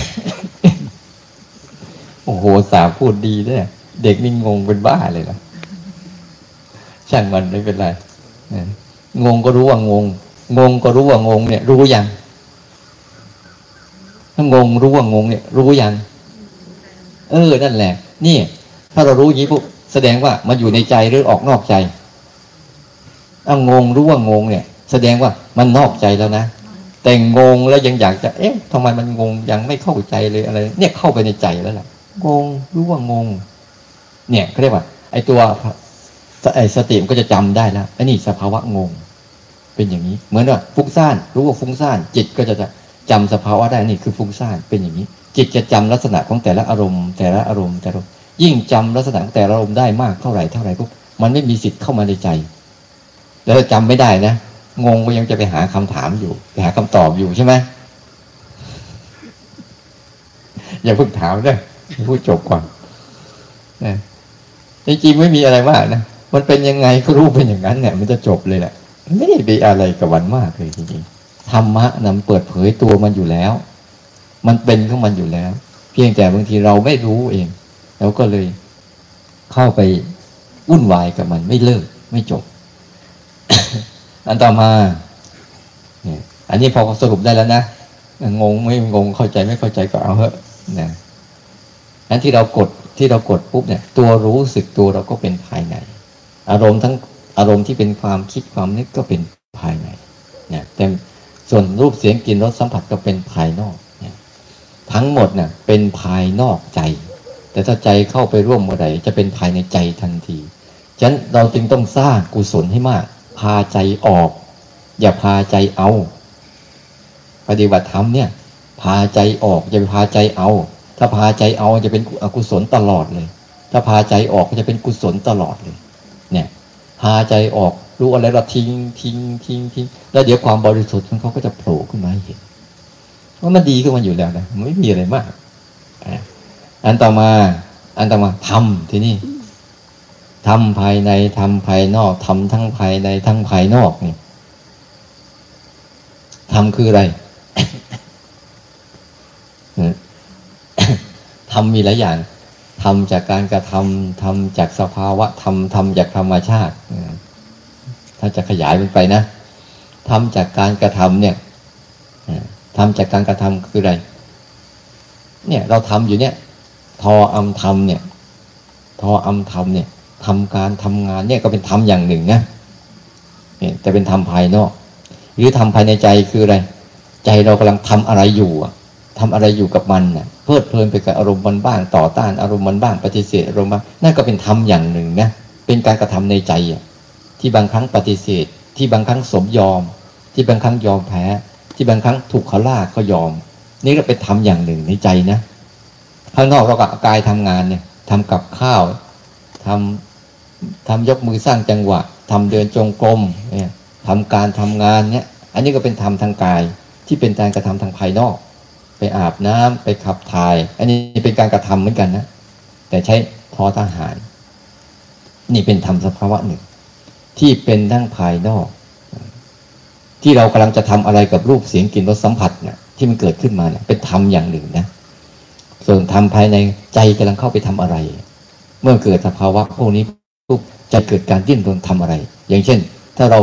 โอ้โหสาวพูดดีเนี่ยเด็กนี่งงเป็นบ้าเลยนะช่างมันไม่เป็นไร งงก็รู้ว่างงงงก็รู้ว่างงเนี่ยรู้ยังถ้างงรู้ว่างงเนี่ยรู้ยังเออนั่นแหละนี่ถ้าเรารู้อย่างนี้ปุ๊บแสดงว่ามันอยู่ในใจหรือออกนอกใจถ้างงรู้ว่างงเนี่ยแสดงว่ามันนอกใจแล้วนะแต่งงแล้วยังอยากจะเอ๊ะทำไมมันงงยังไม่เข้าใจเลยอะไรเนี่ยเข้าไปในใจแล้วล่ะงงรู้ว่างงเนี่ยเขาเรียกว่าไอ้ตัวไอ้สติมันก็จะจำได้แล้วไอ้นี่สภาวะงงเป็นอย่างนี้เหมือนว่าฟุ้งซ่านรู้ว่าฟุ้งซ่านจิตก็จะจำสภาวะได้นี่คือฟุ้งซ่านเป็นอย่างนี้จิตจะจำลักษณะของแต่ละอารมณ์แต่ละอารมณ์แต่ละยิ่งจำลักษณะของแต่ละอารมณ์ได้มากเท่าไหร่เท่าไหร่ปุ๊บมันไม่มีสิทธิ์เข้ามาในใจแล้วจำไม่ได้นะงงก็ยังจะไปหาคำถามอยู่ไปหาคำตอบอยู่ใช่ไหมอย่าเพิ่งถามเลยพูดจบก่อนนะจริงๆไม่มีอะไรมากนะมันเป็นยังไงก็รู้เป็นอย่างนั้นเนี่ยมันจะจบเลยแหละไม่ได้ไปอะไรกับวันมากเลยจริงๆธรรมะนำเปิดเผยตัวมันอยู่แล้วมันเป็นของมันอยู่แล้วเพียงแต่บางทีเราไม่รู้เองแล้วก็เลยเข้าไปวุ่นวายกับมันไม่เลิกไม่จบ อันต่อมาเนี่ยอันนี้พอสรุปได้แล้วนะงงไม่งงเข้าใจไม่เข้าใจก็เอาเถอะนะอันที่เรากดที่เรากดปุ๊บเนี่ยตัวรู้สึกตัวเราก็เป็นภายในอารมณ์ทั้งอารมณ์ที่เป็นความคิดความนึกก็เป็นภายในเนี่ยแต่ส่วนรูปเสียงกลิ่นรสสัมผัสก็เป็นภายนอกเนี่ยทั้งหมดเนี่ยเป็นภายนอกใจแต่ถ้าใจเข้าไปร่วมเมื่อไหร่จะเป็นภายในใจทันทีฉะนั้นเราจึงต้องสร้างกุศลให้มากพาใจออกอย่าพาใจเอาปฏิบัติธรรมเนี่ยพาใจออกอย่าไปพาใจเอาถ้าพาใจเอาจะเป็นอกุศลตลอดเลยถ้าพาใจออกจะเป็นกุศลตลอดเลยเนี่ยพาใจออกรู้อะไรเราทิ้งทิ้งทิ้งทิ้งแล้วเดี๋ยวความบริสุทธิ์ของเขาก็จะโผล่ขึ้นมาให้เห็นว่ามันดีขึ้นมาอยู่แล้วนะไม่มีอะไรมากอันต่อมาอันต่อมาทำที่นี่ทำภายในทำภายนอกทำทั้งภายในทั้งภายนอกนี่ทำคืออะไร ทำมีหลายอย่างทำจากการกระทำทำจากสภาวะทำทำจากธรรมชาติถ้าจะขยายมันไปนะทำจากการกระทำเนี่ยทำจากการกระทำคืออะไรเนี่ยเราทำอยู่เนี่ยทออำทำเนี่ยทออำทำเนี่ยทำการทำงานเนี่ยก็เป็นธรรมอย่างหนึ่งนะเนี่ยแต่เป็นธรรมภายนอกหรือทำภายในใจคืออะไรใจเรากำลังทำอะไรอยู่อะทำอะไรอยู่กับมันน่ะเพลิดเพลินไปกับอารมณ์มันบ้างต่อต้านอารมณ์มันบ้างปฏิเสธอารมณ์บ้างนั่นก็เป็นธรรมอย่างหนึ่งนะเป็นการกระทำในใจอ่ะที่บางครั้งปฏิเสธที่บางครั้งสมยอมที่บางครั้งยอมแพ้ที่บางครั้งถูกเขาล่าก็ยอมนี่ก็เป็นธรรมอย่างหนึ่งในใจนะข้างนอกเราก็กายทำงานเนี่ยทำกับข้าวทำทำยกมือสร้างจังหวะทำเดินจงกรมเนี่ยทำการทำงานเนี่ยอันนี้ก็เป็นธรรมทางกายที่เป็นการกระทำทางภายนอกไปอาบน้ำไปขับถ่ายอันนี้เป็นการกระทำเหมือนกันนะแต่ใช้ทอทหารนี่เป็นธรรมสภาวะหนึ่งที่เป็นทั้งภายนอกที่เรากำลังจะทำอะไรกับรูปเสียงกลิ่นรสสัมผัสเนี่ยที่มันเกิดขึ้นมาเนี่ยเป็นธรรมอย่างหนึ่งนะส่วนธรรมภายในใจกำลังเข้าไปทำอะไรเมื่อเกิดสภาวะพวกนี้ปุ๊บจะเกิดการดิ้นรนทำอะไรอย่างเช่นถ้าเรา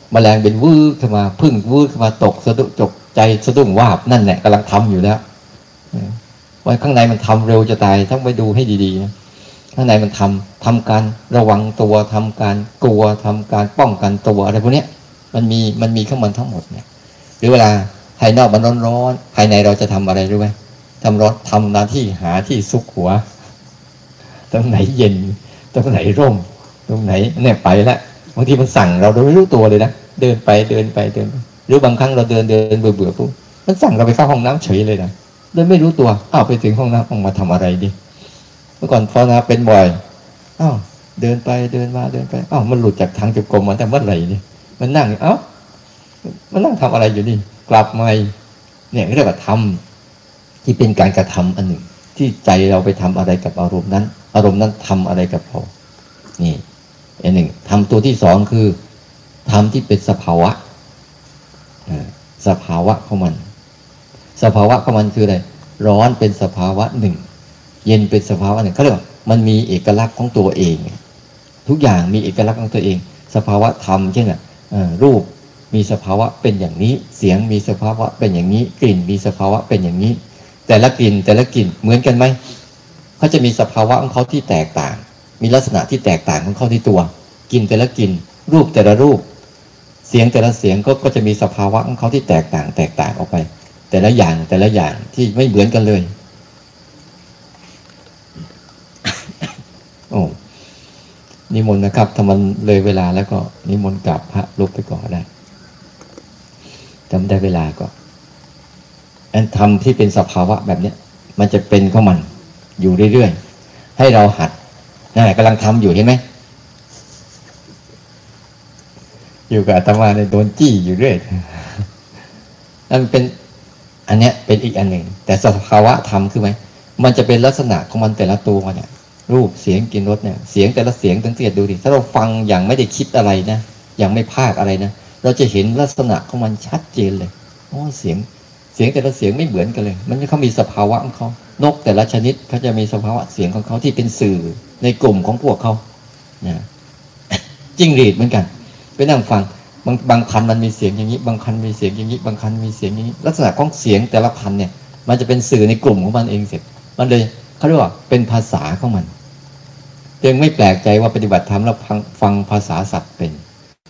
แมลงเป็นวื้อขึ้นมาพึ่งวื้อขึ้นมาตกสะดุ้งจกใจสะดุ้งวาบนั่นแหละกำลังทำอยู่แล้วว่าข้างในมันทำเร็วจะตายต้องไปดูให้ดีๆนะข้างในมันทำทำการระวังตัวทำการกลัวทำการป้องกันตัวอะไรพวกนี้มันมีมันมีข้างมันทั้งหมดเนี่ยหรือเวลาภายนอกมันร้อนๆภายในเราจะทำอะไรรู้ไหมทำร้อนทำหน้าที่หาที่ซุกหัวตรงไหนเย็นตรงไหนร่มตรงไหนเนี่ยไปแล้วบางทีมันสั่งเราเราไม่รู้ตัวเลยนะเดินไปเดินไปเดินหรือบางครั้งเราเดินเดินเบื่อเบื่อปุ๊บมันสั่งเราไปเข้าห้องน้ำเฉยเลยนะโดยไม่รู้ตัวอ้าวไปถึงห้องน้ำออกมาทำอะไรดิเมื่อก่อนภาวนาเป็นบ่อยอ้าวเดินไปเดินมาเดินไปอ้าวมันหลุดจากทางจงกรมมาแต่เมื่อไหร่นี่มันนั่งเอ้ามันนั่งทำอะไรอยู่นี่กลับมาเนี่ยเรียกว่าทำที่เป็นการกระทำอันหนึ่งที่ใจเราไปทำอะไรกับอารมณ์นั้นอารมณ์นั้นทำอะไรกับเรานี่อันหนึ่งทำตัวที่สองคือทำที่เป็นสภาวะสภาวะของมันสภาวะของมันคืออะไรร้อนเป็นสภาวะหนึ่งเย็นเป็นสภาวะหนึ่งเขาเรียกว่ามันมีเอกลักษณ์ของตัวเองทุกอย่างมีเอกลักษณ์ของตัวเองสภาวะธรรมเช่นรูปมีสภาวะเป็นอย่างนี้เสียงมีสภาวะเป็นอย่างนี้กลิ่นมีสภาวะเป็นอย่างนี้แต่ละกลิ่นแต่ละกลิ่นเหมือนกันไหมเขาจะมีสภาวะของเขาที่แตกต่างมีลักษณะที่แตกต่างของเขาที่ตัวกลิ่นแต่ละกลิ่นรูปแต่ละรูปเสียงแต่ละเสียงก็ก็จะมีสภาวะของเขาที่แตกต่างแตกต่างออกไปแต่ละอย่างแต่ละอย่างที่ไม่เหมือนกันเลยโอ้นิมนต์นะครับถ้ามันเลยเวลาแล้วก็นิมนต์กราบพระลุกไปก่อนได้จำได้เวลาก็อันทำที่เป็นสภาวะแบบนี้มันจะเป็นของมันอยู่เรื่อยๆให้เราหัดนั่นแหละกำลังทำอยู่เห็นไหมอยู่กับอาตมาในโดนจี้อยู่เรื่อยนั่นเป็นอันเนี้ยเป็นอีกอันหนึ่งแต่สภาวะธรรมคือไหมมันจะเป็นลักษณะของมันแต่ละตัวเนี่ยรูปเสียงกลิ่นรสเนี่ยเสียงแต่ละเสียงตั้งแต่ดูดิถ้าเราฟังอย่างไม่ได้คิดอะไรนะอย่างไม่พากอะไรนะเราจะเห็นลักษณะของมันชัดเจนเลยโอ้เสียงเสียงแต่ละเสียงไม่เหมือนกันเลยมันเขามีสภาวะของเขานกแต่ละชนิดเขาจะมีสภาวะเสียงของเขาที่เป็นสื่อในกลุ่มของพวกเขานะจิ้งหรีดเหมือนกันไปนั่งฟังบางบางพันมันมีเสียงอย่างนี้บางพันมีเสียงอย่างนี้บางพันมีเสียงอย่างนี้ลักษณะของเสียงแต่ละพันเนี่ยมันจะเป็นสื่อในกลุ่มของมันเองเสร็จมันเลยเขาเรียกว่าเป็นภาษาของมันจึงไม่แปลกใจว่าปฏิบัติธรรมแล้วฟังภาษาสัตว์เป็น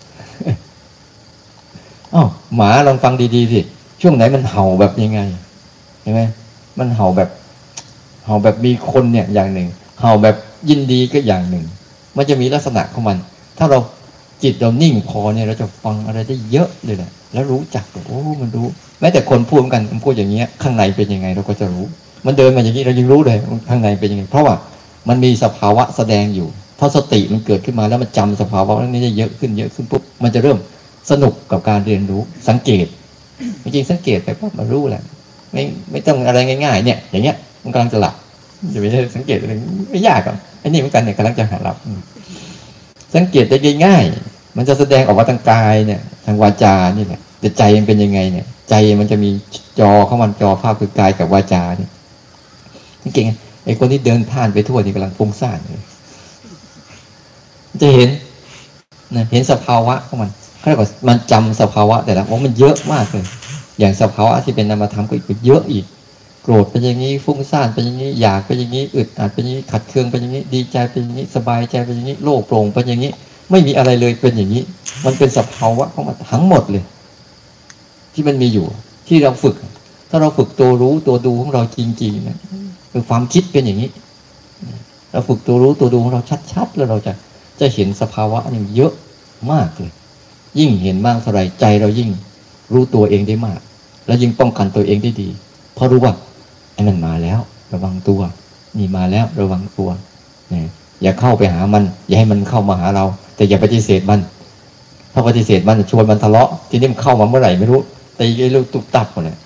อ้าวหมาลองฟังดีๆสิช่วงไหนมันเห่าแบบยังไงเห็นไหมมันเห่าแบบเห่าแบบมีคนเนี่ยอย่างหนึ่งเห่าแบบยินดีก็อย่างหนึ่งมันจะมีลักษณะของมันถ้าเราจิตเรานิ่งพอเนี่ยเราจะฟังอะไรได้เยอะเลยแหละแล้วรู้จักโอ้มันรู้แม้แต่คนพูดกันมันพูดอย่างเงี้ยข้างในเป็นยังไงเราก็จะรู้มันเดินมาอย่างนี้เรายังรู้เลยข้างในเป็นยังไงเพราะว่ามันมีสภาวะแสดงอยู่ถ้าสติมันเกิดขึ้นมาแล้วมันจำสภาวะนี้ได้เยอะขึ้นเยอะขึ้นปุ๊บมันจะเริ่มสนุกกับการเรียนรู้สังเกตจริงๆสังเกตไปปั๊บมารู้แหละไม่ไม่ต้องอะไรง่ายๆเนี่ยอย่างเงี้ยมันกำลังจะหลับจะไม่ใช่สังเกตอะไรไม่ยากหรอกอันนี้เหมือนกันเนี่ยกำลังจะหาหลับสังเกตได้ง่ายๆมันจะแสดงออกมาทางกายเนี่ยทางวาจานี่แหละแต่ใจมันเป็นยังไงเนี่ยใจมันจะมีจอของมันจอภาพคือกายกับวาจาเนี่ยเก่งไอ้คนที่เดินผ่านไปทั่วนี่กำลังฟุ้งซ่านเลยจะเห็นนะเห็นสภาวะของมันเขาเรียกว่ามันจำสภาวะแต่ละว่ามันเยอะมากเลยอย่างสภาวะที่เป็นนามธรรมก็อีกเยอะอีกโกรธเป็นอย่างนี้ฟุ้งซ่านเป็นอย่างนี้อยากเป็นอย่างนี้อึดอัดเป็นอย่างนี้ขัดเคืองเป็นอย่างนี้ดีใจเป็นอย่างนี้สบายใจเป็นอย่างนี้โล่งโปร่งเป็นอย่างนี้ไม่มีอะไรเลยเป็นอย่างนี้มันเป็นสภาวะของมันทั้งหมดเลยที่มันมีอยู่ที่เราฝึกถ้าเราฝึกตัวรู้ตัวดูของเราจริงๆนะคือความคิดเป็นอย่างนี้เราฝึกตัวรู้ตัวดูของเราชัดๆแล้วเราจะจะเห็นสภาวะนี่เยอะมากเลยยิ่งเห็นมากเท่าไรใจเรายิ่งรู้ตัวเองได้มากแล้วยิ่งป้องกันตัวเองได้ดีเพราะรู้ว่าไอ้นั่นมาแล้วระวังตัวนี่มาแล้วระวังตัวนะอย่าเข้าไปหามันอย่าให้มันเข้ามาหาเราแต่อย่าปฏิเสธมันถ้าปฏิเสธมันชวนมันทะเลาะทีนี้มันเข้ามาเมื่อไหร่ไม่รู้ตีไอ้ลูกตุ๊บตับหมดเลย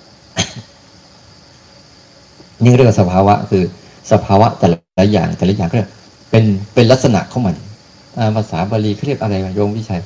นี่เรื่องสภาวะคือสภาวะแต่ละอย่างแต่ละอย่างก็เป็นเป็นลักษณะของมันภาษาบาลีเขาเรียกอะไรโยมวิชัย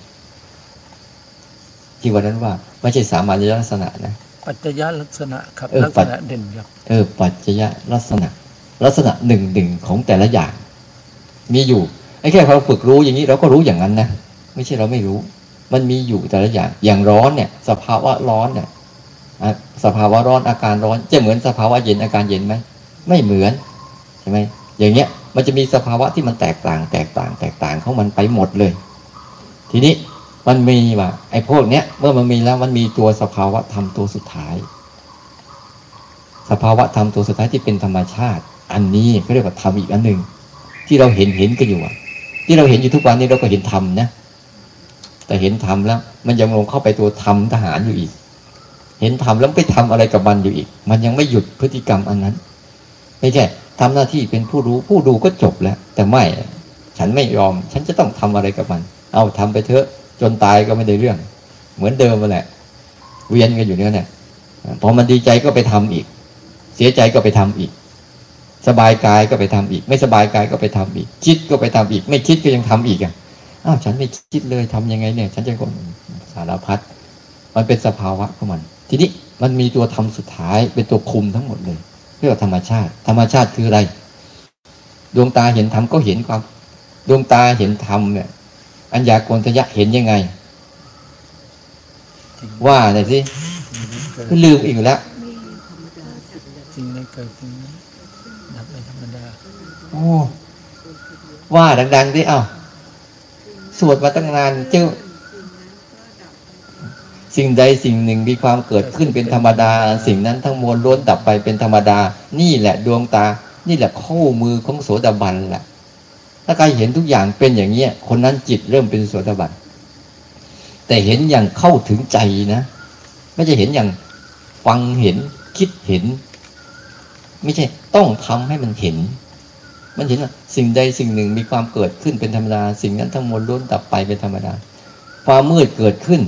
ที่วันนั้นว่าไม่ใช่สามัญลักษณะนะปัจจยลักษณะครับลักษณะเด่นครับเออปัจจยลักษณะลักษณะหนึ่งหนึ่งของแต่ละอย่างมีอยู่ไอ้แค่เราฝึกรู้อย่างนี้เราก็รู้อย่างนั้นนะไม่ใช่เราไม่รู้มันมีอยู่แต่ละอย่างอย่างร้อนเนี่ยสภาวะร้อนเนี่ยสภาวะร้อนอาการร้อนจะเหมือนสภาวะเย็นอาการเย็นไหมไม่เหมือนใช่ไหมอย่างเงี้ยมันจะมีสภาวะที่มันแตกต่างแตกต่างแตกต่างของมันไปหมดเลยทีนี้มันมีว่าไอ้พวกเนี้ยเมื่อมันมีแล้วมันมีตัวสภาวะธรรมตัวสุดท้ายสภาวะธรรมตัวสุดท้ายที่เป็นธรรมชาติอันนี้เขาเรียกว่าธรรมอีกอันหนึ่งที่เราเห็นเห็นกันอยู่ที่เราเห็นอยู่ทุกวันนี้เราก็เห็นธรรมนะแต่เห็นธรรมแล้วมันยังลงเข้าไปตัวธรรมทหารอยู่อีกเห็นธรรมแล้วไปทำอะไรกับมันอยู่อีกมันยังไม่หยุดพฤติกรรมอันนั้นไม่ใช่ทำหน้าที่เป็นผู้รู้ผู้ดูก็จบแล้วแต่ไม่ฉันไม่ยอมฉันจะต้องทำอะไรกับมันเอาทำไปเถอะจนตายก็ไม่ได้เรื่องเหมือนเดิมมาแหละเวียนกันอยู่เนี่ยเนี่ยพอมันดีใจก็ไปทำอีกเสียใจก็ไปทำอีกสบายกายก็ไปทำอีกไม่สบายกายก็ไปทำอีกคิดก็ไปทำอีกไม่คิดก็ยังทำอีกอ่ะอ้าวฉันไม่คิดเลยทำยังไงเนี่ยฉันจะคนสารพัดมันเป็นสภาวะของมันทีนี้มันมีตัวธรรมสุดท้ายเป็นตัวคุมทั้งหมดเลยเรียกว่าธรรมชาติธรรมชาติคืออะไรดวงตาเห็นธรรมก็เห็นความดวงตาเห็นธรรมเนี่ยอัญญาโกณทัญญะเห็นยังไงว่าหน่อยสิลืมอีกแล้วจริงไม่เกิดจริงดับไม่ธรรมดาโอ้ว่าดังๆดิเอ้าสวดมาตั้งนานเจ้าสิ่งใดสิ่งหนึ่งมีความเกิดขึ้นเป็นธรรมดาสิ่งนั้นทั้งมวลล้วนดับไปเป็นธรรมดานี่แหละดวงตานี่แหละคู่มือของโสดาบันแหละถ้าใครเห็นทุกอย่างเป็นอย่างเงี้ยคนนั้นจิตเริ่มเป็นโสดาบันแต่เห็นอย่างเข้าถึงใจนะไม่ใช่เห็นอย่างฟังเห็นคิดเห็นไม่ใช่ต้องทำให้มันเห็นมันเห็นว่าสิ่งใดสิ่งหนึ่งมีความเกิดขึ้นเป็นธรรมดาสิ่งนั้นทั้งมวลล้วนดับไปเป็นธรรมดาความมืดเกิดขึ้น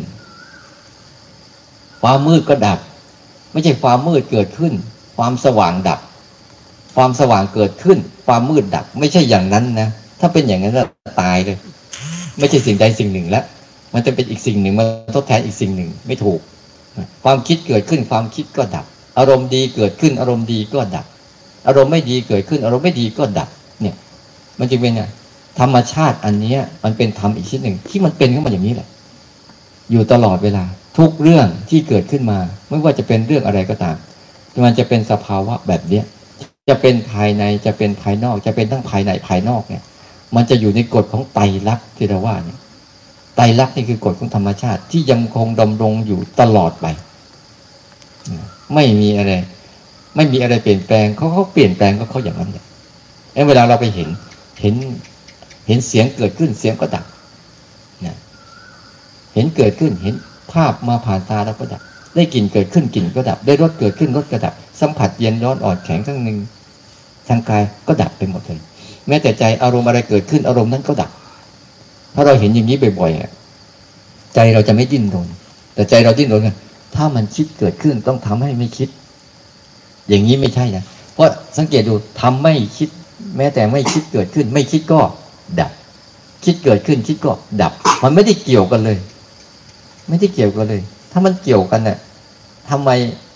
ความมืดก็ดับไม่ใช่ความมืดเกิดขึ้นความสว่างดับความสว่างเกิดขึ้นความมืดดับไม่ใช่อย่างนั้นนะถ้าเป็นอย่างนั้นจะตายเลยไม่ใช่สิ่งใดสิ่งหนึ่งแล้วมันจะเป็นอีกสิ่งหนึ่งมาทดแทนอีกสิ่งหนึ่งไม่ถูกความคิดเกิดขึ้นความคิดก็ดับอารมณ์ดีเกิดขึ้นอารมณ์ดีก็ดับอารมณ์ไม่ดีเกิดขึ้นอารมณ์ไม่ดีก็ดับเนี่ยมันจะเป็นไงธรรมชาติอันนี้มันเป็นธรรมอีกชิ้นหนึ่งที่มันเป็นขึ้นมาอย่างนี้แหละอยู่ตลอดเวลาทุกเรื่องที่เกิดขึ้นมาไม่ว่าจะเป็นเรื่องอะไรก็ตามมันจะเป็นสภาวะแบบเนี้ยจะเป็นภายในจะเป็นภายนอกจะเป็นทั้งภายในภายนอกเนี่ยมันจะอยู่ในกฎของไตรลักษณ์ที่เราว่าเนี่ยไตรลักษณ์นี่คือกฎของธรรมชาติที่ยังคงดำรงอยู่ตลอดไปไม่มีอะไรไม่มีอะไรเปลี่ยนแปลงเขาเขาเปลี่ยนแปลงก็เขาอย่างนั้นแหละเวลาเราไปเห็นเห็นเห็นเสียงเกิดขึ้นเสียงก็ดับนะเห็นเกิดขึ้นเห็นภาพมาผ่านตาแล้วก็ดับได้กลิ่นเกิดขึ้นกลิ่นก็ดับได้รสเกิดขึ้นรสก็ดับสัมผัสเย็นร้อนอ่อนแข็งทั้งหนึ่งทางกายก็ดับไปหมดเลยแม้แต่ใจอารมณ์อะไรเกิดขึ้นอารมณ์นั้นก็ดับถ้าเราเห็นอย่างนี้บ่อยๆใจเราจะไม่ดิ้นรนแต่ใจเราดิ้นรนกันถ้ามันคิดเกิดขึ้นต้องทำให้ไม่คิดอย่างนี้ไม่ใช่นะเพราะสังเกตดูทำไม่คิดแม้แต่ไม่คิดเกิดขึ้นไม่คิดก็ดับคิดเกิดขึ้นคิดก็ดับมันไม่ได้เกี่ยวกันเลยไม่ได้เกี่ยวกันเลยถ้ามันเกี่ยวกันเนี่ยทำไม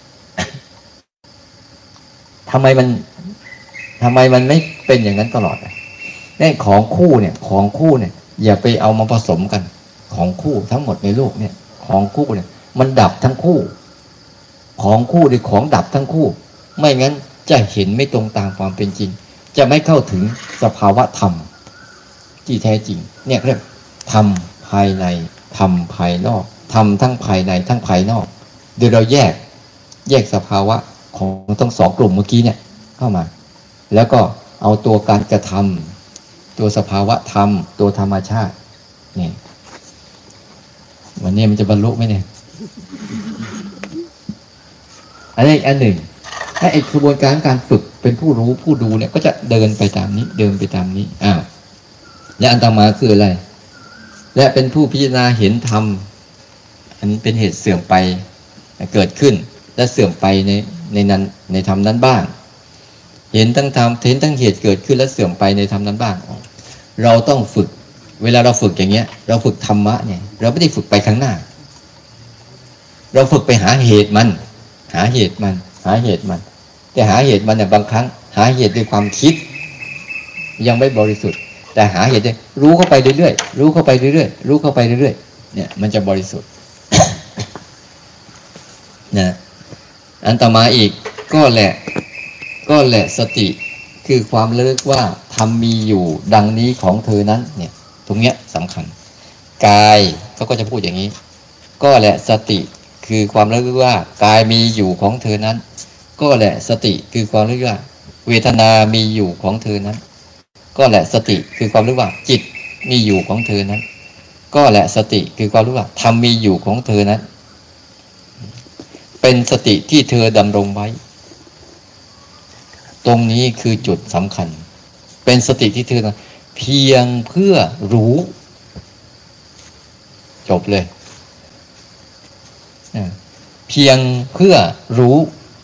ทำไมมันทำไมมันไม่เป็นอย่างนั้นตลอดเนี่ยของคู่เนี่ยของคู่เนี่ยอย่าไปเอามาผสมกันของคู่ทั้งหมดในโลกเนี่ยของคู่เนี่ยมันดับทั้งคู่ของคู่หรือของดับทั้งคู่ไม่งั้นจะเห็นไม่ตรงตามความเป็นจริงจะไม่เข้าถึงสภาวะธรรมที่แท้จริงเนี่ยเรียกธรรมภายในธรรมภายนอกธรรมทั้งภายในทั้งภายนอกโดยเราแยกแยกสภาวะของทั้งสองกลุ่มเมื่อกี้เนี่ยเข้ามาแล้วก็เอาตัวการกระทำตัวสภาวะธรรมตัวธรรมชาตินี่วันนี้มันจะบรรลุไหมเนี่ยอันนี้อันหนึ่งถ้าไอ้กระบวนการการฝึกเป็นผู้รู้ผู้ดูเนี่ยก็จะเดินไปตามนี้เดินไปตามนี้อ้าวและอันต่อมาคืออะไรและเป็นผู้พิจารณาเห็นธรรมอันนี้เป็นเหตุเสื่อมไปเกิดขึ้นและเสื่อมไปในในนั้นในธรรมนั้นบ้างเห็นทั้งธรรมเห็นทั้งเหตุเกิดขึ้นและเสื่อมไปในธรรมนั้นบ้างเราต้องฝึกเวลาเราฝึกอย่างเงี้ยเราฝึกธรรมะเนี่ยเราไม่ได้ฝึกไปข้างหน้าเราฝึกไปหาเหตุมันหาเหตุมันหาเหตุมันแต่หาเหตุมันเนี่ยบางครั้งหาเหตุด้วยความคิดยังไม่บริสุทธิ์แต่หาเหตุได้รู้เข้าไปเรื่อยๆรู้เข้าไปเรื่อยๆรู้เข้าไปเรื่อยๆเนี่ยมันจะบริสุทธิ์ นะอันต่อมาอีกก็แหละก็แหละสติคือความระลึกว่าธรรมมีอยู่ดังนี้ของเธอนั้นเนี่ยตรงเนี้ยสำคัญกายเขาก็จะพูดอย่างนี้ก็แหละสติคือความระลึกว่ากายมีอยู่ของเธอนั้นก็แหละสติคือความระลึกว่าเวทนามีอยู่ของเธอนั้นก็แหละสติคือความรู้ว่าจิตมีอยู่ของเธอนั้นก็แหละสติคือความรู้ว่าธรรมมีอยู่ของเธอนั้นเป็นสติที่เธอดำรงไว้ตรงนี้คือจุดสำคัญเป็นสติที่เธอเพียงเพื่อรู้จบเลยเพียงเพื่อรู้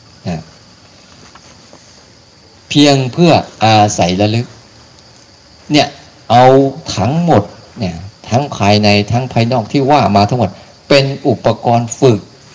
เพียงเพื่ออาศัยระลึกเนี่ยเอาทั้งหมดเนี่ยทั้งภายในทั้งภายนอกที่ว่ามาทั้งหมดเป็นอุปกรณ์ฝึก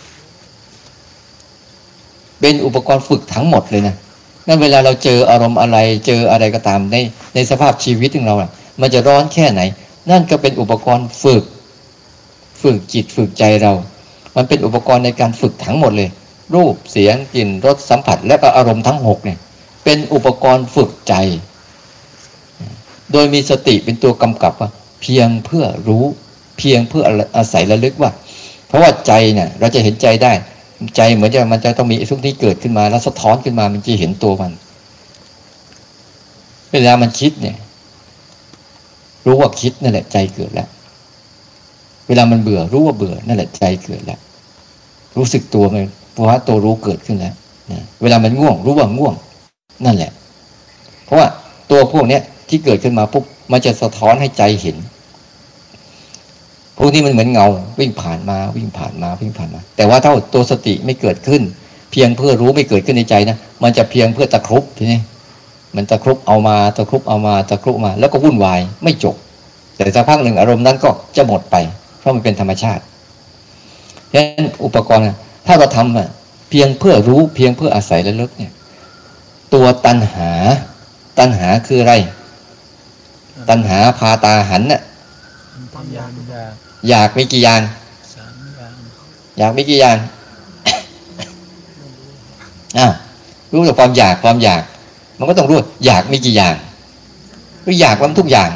เป็นอุปกรณ์ฝึกทั้งหมดเลยนะนั่นเวลาเราเจออารมณ์อะไรเจออะไรก็ตามในในสภาพชีวิตของเราอ่ะมันจะร้อนแค่ไหนนั่นก็เป็นอุปกรณ์ฝึกฝึกจิตฝึกใจเรามันเป็นอุปกรณ์ในการฝึกทั้งหมดเลยรูปเสียงกลิ่นรสสัมผัสและก็อารมณ์ทั้งหกเนี่ยเป็นอุปกรณ์ฝึกใจโดยมีสติเป็นตัวกำกับว่าเพียงเพื่อรู้เพียงเพื่ออาศัยระลึกว่าเพราะว่าใจเนี่ยเราจะเห็นใจได้ใจเหมือนจะมันจะต้องมีทุกที่เกิดขึ้นมาแล้วสะท้อนขึ้นมามันจะเห็นตัวมันเวลามันคิดเนี่ยรู้ว่าคิดนั่นแหละใจเกิดแล้วเวลามันเบื่อรู้ว่าเบื่อนั่นแหละใจเกิดแล้วรู้สึกตัวมันเพราะว่าตัวรู้เกิดขึ้นแล้วนะเวลามันง่วงรู้ว่าง่วงนั่นแหละเพราะว่าตัวพวกเนี้ยที่เกิดขึ้นมาปุ๊บมันจะสะท้อนให้ใจเห็นพวกนี้มันเหมือนเงาวิ่งผ่านมาวิ่งผ่านมาวิ่งผ่านมาแต่ว่าถ้าตัวสติไม่เกิดขึ้นเพียงเพื่อรู้ไม่เกิดขึ้นในใจนะมันจะเพียงเพื่อตะครุบทีนี้มันตะครุบเอามาตะครุบเอามาตะครุบมาแล้วก็วุ่นวายไม่จบแต่สักพักหนึ่งอารมณ์นั้นก็จะหมดไปเพราะมันเป็นธรรมชาติฉะนั้นอุปกรณ์ถ้าเราทำอ่ะเพียงเพื่อรู้เพียงเพื่ออาศัยระลึกเนี่ยตัวตัณหาตัณหาคืออะไรตัณหาพาตาหันน่ะอยากอยากอยากมีกี่อย่างสามอย่างอยากมีกี่อย่างอ้าวรู้แต่ความอยากความอยากมันก็ต้องรู้อยากมีกี่อย่างก็อยากมันทุกอย่าง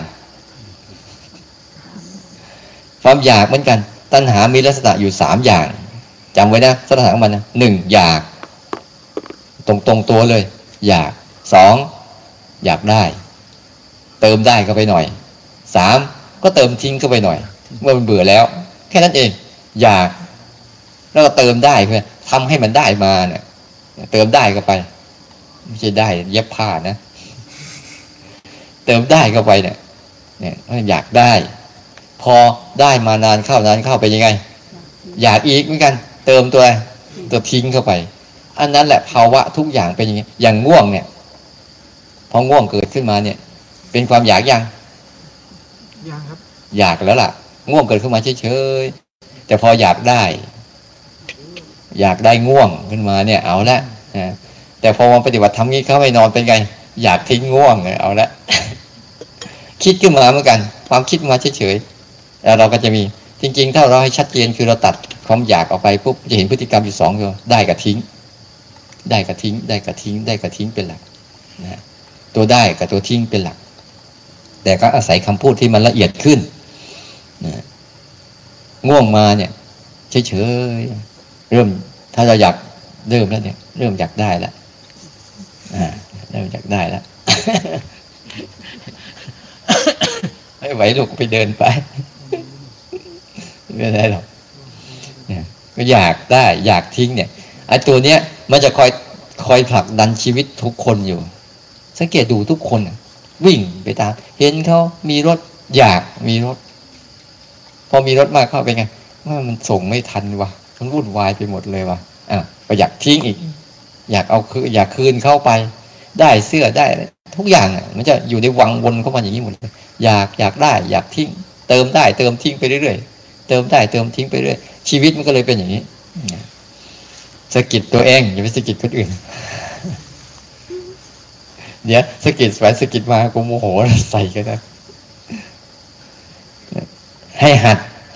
ความอยากเหมือนกันตัณหามีลักษณะอยู่สามอย่างจำไว้นะลักษณะของมันนะหนึ่งอยากตรงตรงตัวเลยอยากสองอยากได้เติมได้เข้าไปหน่อยสามก็เติมทิ้งเข้าไปหน่อยเมื่อมันเบื่อแล้วแค่นั้นเองอยากแล้วก็เติมได้เพื่อทำให้มันได้มาเนี่ยเติมได้เข้าไปไม่ใช่ได้เย็บผ้านะเติมได้เข้าไปเนี่ยเนี่ยอยากได้พอได้มานานเข้านานเข้าไปยังไงอยากอีกเหมือนกันเติมตัวตัวทิ้งเข้าไปอันนั้นแหละภาวะทุกอย่างเป็นอย่างนี้อย่างง่วงเนี่ยพอง่วงเกิดขึ้นมาเนี่ยเป็นความอยากยังยังครับอยากแล้วล่ะง่วงเกิดขึ้นมาเฉยๆแต่พออยากได้อยากได้ง่วงขึ้นมาเนี่ยเอาละนะแต่พอมาปฏิบัติทำงี้เข้าไปนอนเป็นไงอยากทิ้งง่วงเลยเอาละคิดขึ้นมาเหมือนกันความคิดมาเฉยๆแล้วเราก็จะมีจริงๆถ้าเราให้ชัดเจนคือเราตัดความอยากออกไปปุ๊บจะเห็นพฤติกรรมอยู่สองอย่างได้กับทิ้งได้กับทิ้งได้กับทิ้งได้กับทิ้งเป็นหลักนะตัวได้กับตัวทิ้งเป็นหลักแต่ก็อาศัยคำพูดที่มันละเอียดขึ้นนะง่วงมาเนี่ยเฉยๆเริ่มถ้าเราอยากเริ่มแล้วเนี่ยเริ่มอยากได้แล้วอ่าเริ่มอยากได้แล้วไม่ไหวลูกไปเดินไปไม่ได้หรอกเนี่ยก็อยากได้อยากทิ้งเนี่ยไอ้ตัวเนี้ยมันจะคอยคอยผลักดันชีวิตทุกคนอยู่สังเกตดูทุกคนวิ่งไปตามเห็นเขามีรถอยากมีรถพอมีรถมากเข้าไปไงว่ามันส่งไม่ทันวะมันวุ่นวายไปหมดเลยวะอ่ะก็อยากทิ้งอีกอยากเอาคืออยากคืนเข้าไปได้เสื้อได้ทุกอย่างอ่ะมันจะอยู่ในวังวนเข้ามาอย่างนี้หมดเลยอยากอยากได้อยากทิ้งเติมได้เติมทิ้งไปเรื่อยๆเติมได้เติมทิ้งไปเรื่อยชีวิตมันก็เลยเป็นอย่างนี้สะกิดตัวเองอย่าไปสะกิดคนอื่นเดี๋ยวสะกิดไปสะกิดมากูโมโหใส่กันนะให้หัด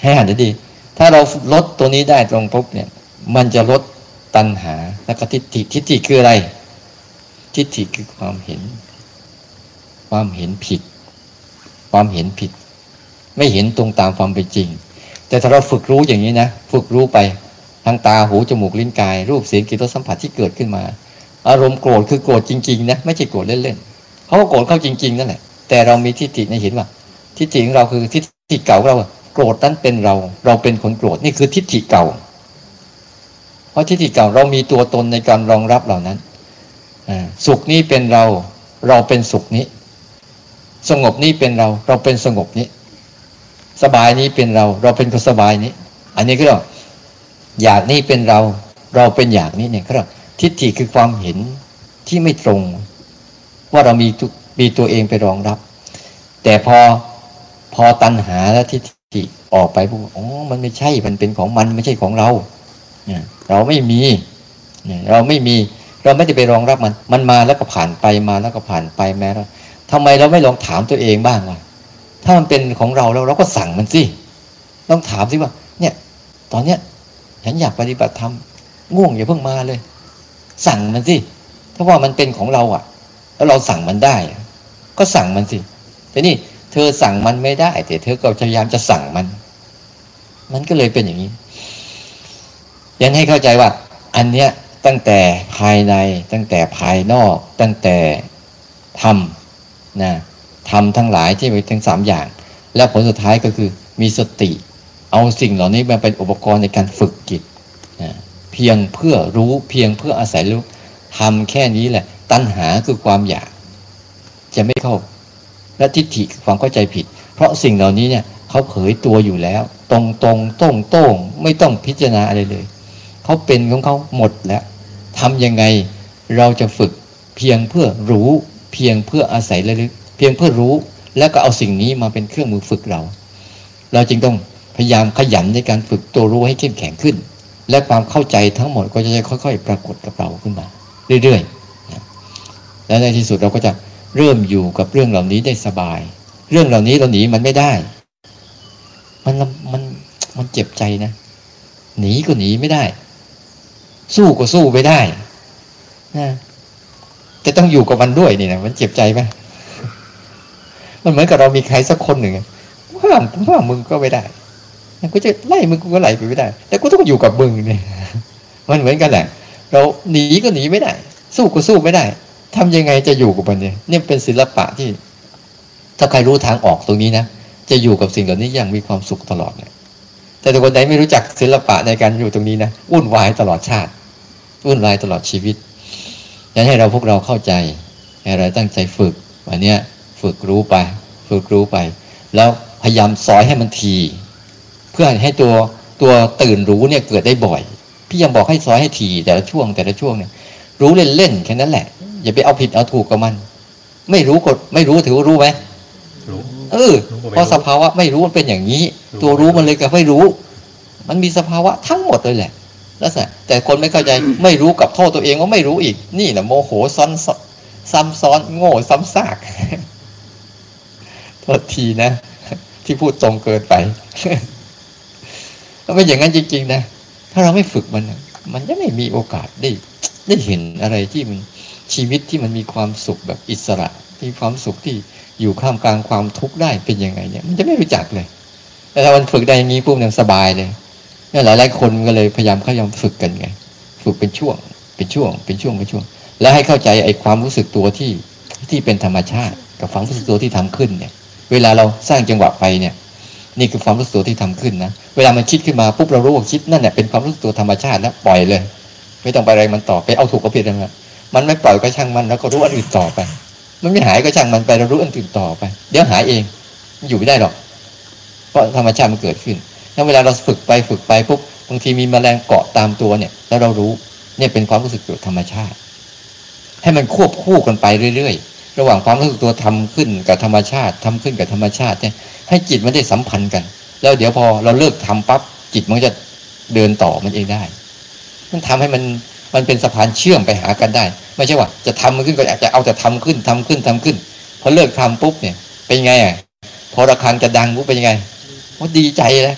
ให้หันดีถ้าเราลดตัวนี้ได้ตรงปุ๊บเนี่ยมันจะลดตัณหาแล้วก็ทิฏฐิทิฏฐิคืออะไรทิฏฐิคือความเห็นความเห็นผิดความเห็นผิดไม่เห็นตรงตามความเป็นจริงแต่ถ้าเราฝึกรู้อย่างนี้นะฝึกรู้ไปทางตาหูจมูกลิ้นกายรูปเสียงกลิ่นรสสัมผัสที่เกิดขึ้นมาอารมณ์โกรธคือโกรธจริงๆนะไม่ใช่โกรธเล่นๆเขาก็โกรธเขาจริงๆนั่นแหละแต่เรามีทิฏฐิในเห็นว่าทิฏฐิของเราคือทิฏฐิเก่าเราโกรธนั้นเป็นเราเราเป็นคนโกรธนี่คือทิฏฐิเก่าเพราะทิฏฐิเก่าเรามีตัวตนในการรองรับเหล่านั้นสุขนี้เป็นเราเราเป็นสุขนี้สงบนี้เป็นเราเราเป็นสงบนี้สบายนี้เป็นเราเราเป็นคนสบายนี้อันนี้ก็อยากนี้เป็นเราเราเป็นอยากนี้เนี่ยก็ทิฏฐิคือความเห็นที่ไม่ตรงว่าเรามีมีตัวเองไปรองรับแต่พอพอตัณหาและทิฏฐิออกไปพวกอ๋อมันไม่ใช่มันเป็นของมันไม่ใช่ของเราเนี่ยเราไม่มีเนี่ยเราไม่มีเราไม่ได้ไปรองรับมันมันมาแล้วก็ผ่านไปมาแล้วก็ผ่านไปแม้แล้วทำไมเราไม่ลองถามตัวเองบ้างว่าถ้ามันเป็นของเราแล้วเราก็สั่งมันสิลองถามสิว่าเนี่ยตอนเนี้ยฉันอยากปฏิบัติธรรมง่วงอย่าเพิ่งมาเลยสั่งมันสิถ้าว่ามันเป็นของเราอ่ะแล้วเราสั่งมันได้ก็สั่งมันสิแต่นี่เธอสั่งมันไม่ได้แต่เธอก็พยายามจะสั่งมันมันก็เลยเป็นอย่างนี้ยังให้เข้าใจว่าอันเนี้ยตั้งแต่ภายในตั้งแต่ภายนอกตั้งแต่ทำนะทำทั้งหลายที่เป็นทั้งสามอย่างและผลสุดท้ายก็คือมีสติเอาสิ่งเหล่านี้มาเป็นอุปกรณ์ในการฝึกจิตนะเพียงเพื่อรู้เพียงเพื่ออาศัยรู้ทำแค่นี้แหละตัณหาคือความอยากจะไม่เข้าและทิฏฐิคือความเข้าใจผิดเพราะสิ่งเหล่านี้เนี่ยเขาเผยตัวอยู่แล้วตรงตรงโต้งโต้งไม่ต้องพิจารณาอะไรเลยเขาเป็นของเขาหมดแล้วทำยังไงเราจะฝึกเพียงเพื่อรู้เพียงเพื่ออาศัยระลึกเพียงเพื่อรู้แล้วก็เอาสิ่งนี้มาเป็นเครื่องมือฝึกเราเราจึงต้องพยายามขยันในการฝึกตัวรู้ให้เข้มแข็งขึ้นและความเข้าใจทั้งหมดก็จะค่อยๆปรากฏกับเราขึ้นมาเรื่อยๆและในที่สุดเราก็จะเริ่มอยู่กับเรื่องเหล่านี้ได้สบายเรื่องเหล่านี้เราหนีมันไม่ได้มันมันมันเจ็บใจนะหนีก็หนีไม่ได้สู้ก็สู้ไม่ได้นะจะต้องอยู่กับมันด้วยนี่นะมันเจ็บใจไหมมันเหมือนกับเรามีใครสักคนหนึ่งห้ามห้ามมึงก็ไม่ได้กูจะไล่มึงกูก็ไล่ไปไม่ได้แต่กูต้องอยู่กับมึงเนี่ยมันเหมือนกันแหละเราหนีก็หนีไม่ได้สู้ก็สู้ไม่ได้ทำยังไงจะอยู่กับมันเนี่ยนี่เป็นศิลปะที่ถ้าใครรู้ทางออกตรงนี้นะจะอยู่กับสิ่งเหล่านี้อย่างมีความสุขตลอดเลยแต่ถ้าคนไหนไม่รู้จักศิลปะในการอยู่ตรงนี้นะวุ่นวายตลอดชาติวุ่นวายตลอดชีวิตอยากให้เราพวกเราเข้าใจให้เราตั้งใจฝึกวันนี้ฝึกรู้ไปฝึกรู้ไปแล้วพยายามสอยให้มันทีเพื่อให้ตัวตัวตื่นรู้เนี่ยเกิดได้บ่อยพี่ยังบอกให้สอยให้ทีแต่ละช่วงแต่ละช่วงเนี่ยรู้เล่นๆแค่นั้นแหละอย่าไปเอาผิดเอาถูกกับมันไม่รู้ก็ไม่รู้ถือว่ารู้ไหมรู้เออเพราะสภาวะไม่รู้มันเป็นอย่างนี้ตัวรู้มันเลยก็ไม่รู้มันมีสภาวะทั้งหมดเลยแหละแล้วแต่คนไม่เข้าใจไม่รู้กับโทษตัวเองว่าไม่รู้อีกนี่แหละโมโหซ้อนซ้ำซ้อนโง่ซ้ำซากโทษทีนะที่พูดตรงเกินไปถ้าเป็นอย่างนั้นจริงๆนะถ้าเราไม่ฝึกมันมันจะไม่มีโอกาสได้ได้เห็นอะไรที่มันชีวิตที่มันมีความสุขแบบอิสระมีความสุขที่อยู่ข้ามกลางความทุกข์ได้เป็นยังไงเนี่ยมันจะไม่รู้จักเลยแต่ถ้ามันฝึกได้อย่างนี้ปุ๊บเนี่ยสบายเลยนี่หลายหลายคนก็เลยพยายามพยายามฝึกกันไงฝึกเป็นช่วงเป็นช่วงเป็นช่วงเป็นช่วงแล้วให้เข้าใจไอ้ความรู้สึกตัวที่ที่เป็นธรรมชาติกับความรู้สึกตัวที่ทำขึ้นเนี่ยเวลาเราสร้างจังหวะไปเนี่ยนี่คือความรู้สึกตัวที่ทำขึ้นนะเวลามันคิดขึ้นมาปุ๊บเรารู้ว่าคิดนั่นแหละเป็นความรู้สึกตัวธรรมชาติแล้วปล่อยเลยไม่ต้องไปอะไรมันต่อไปเอาถูกก็ผิดนะมันไม่ปล่อยก็ช่างมันแล้วก็รู้อันอื่นต่อไปมันไม่หายก็ช่างมันไปเรารู้อันอื่นต่อไปเดี๋ยวหายเองมันอยู่ไม่ได้หรอกเพราะธรรมชาติมันเกิดขึ้นแล้วเวลาเราฝึกไปฝึกไปปุ๊บบางทีมีแมลงเกาะตามตัวเนี่ยแล้วเรารู้เนี่ยเป็นความรู้สึกตัวธรรมชาติให้มันควบคู่กันไปเรื่อยๆระหว่างความรู้สึกตัวทำขึ้นกับธรรมชาติทำขึ้นกับธรรมชาติเนี่ยให้จิตมันได้สัมพันธ์กันแล้วเดี๋ยวพอเราเลิกทำปั๊บจิตมันจะเดินต่อมันเองได้มันทำให้มันมันเป็นสะพานเชื่อมไปหากันได้ไม่ใช่ว่าจะทำมันขึ้นก็อยากจะเอาแต่ทำขึ้นทำขึ้นทำขึ้นพอเลิกทำปุ๊บเนี่ยเป็นไงอ่ะพอระฆังจะดังปุ๊บเป็นยังไงว่าดีใจเลย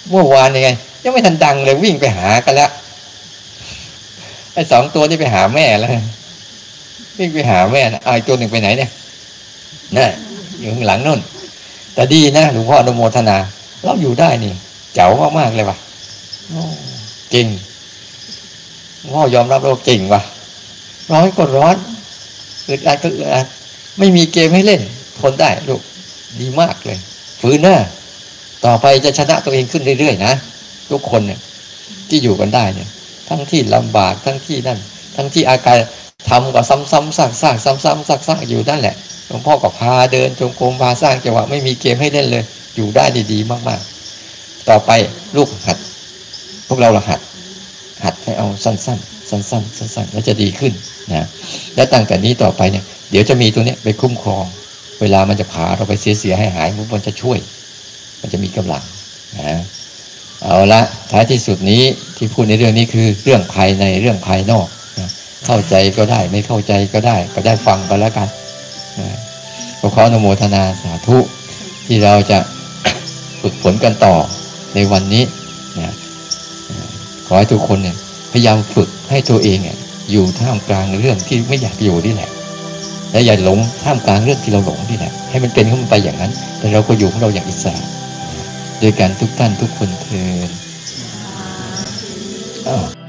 เมื่อวานยังไงยังไม่ทันดังเลยวิ่งไปหากันแล้วไอ้สองตัวนี่ไปหาแม่แล้ววิ่งไปหาแม่นะไอ้ตัวหนึ่งไปไหนเนี่ยน่ะอยู่ข้างหลังนู่นแต่ดีนะหลวงพ่ออนุโมทนาเราอยู่ได้นี่เจ๋วมากๆเลยว่ะเก่งพ่อยอมรับเราเก่งว่ะร้อนก็ร้อนอึดอัดก็อึดอัดไม่มีเกมให้เล่นทนได้ลูกดีมากเลยฝืนหน้าต่อไปจะชนะตัวเองขึ้นเรื่อยๆนะทุกคนเนี่ยที่อยู่กันได้เนี่ยทั้งที่ลำบากทั้งที่นั่นทั้งที่อาการทำก็ซ้ำๆซากๆซ้ำๆซากๆอยู่นั่นแหละหลวงพ่อก็พาเดินจงกรมพาสร้างจังหวะไม่มีเกมให้เล่นเลยอยู่ได้ดีๆมากๆต่อไปลูกหัดพวกเราเราหัดหัดให้เอาสั้นๆสั้นๆสั้นๆแล้วจะดีขึ้นนะและตั้งแต่นี้ต่อไปเนี่ยเดี๋ยวจะมีตัวเนี้ยไปคุ้มครองเวลามันจะพาเราไปเสียๆให้หายมันจะช่วยมันจะมีกำลังนะเอาละท้ายที่สุดนี้ที่พูดในเรื่องนี้คือเรื่องภายในเรื่องภายนอกนะเข้าใจก็ได้ไม่เข้าใจก็ได้ก็ได้ฟังกันแล้วกันนะขอขออนุโมทนาสาธุที่เราจะ ฝึกฝนกันต่อในวันนี้นะขอให้ทุกคนเนี่ยพยายามฝึกให้ตัวเองเนี่ยอยู่ท่ามกลางเรื่องที่ไม่อยากอยู่นี่แหละและอย่าหลงท่ามกลางเรื่องที่เราหลงนี่แหละให้มันเป็นขึ้นไปอย่างนั้นแต่เราก็อยู่ของเราอย่างอิสระด้วยกันทุกท่านทุกคนเถิด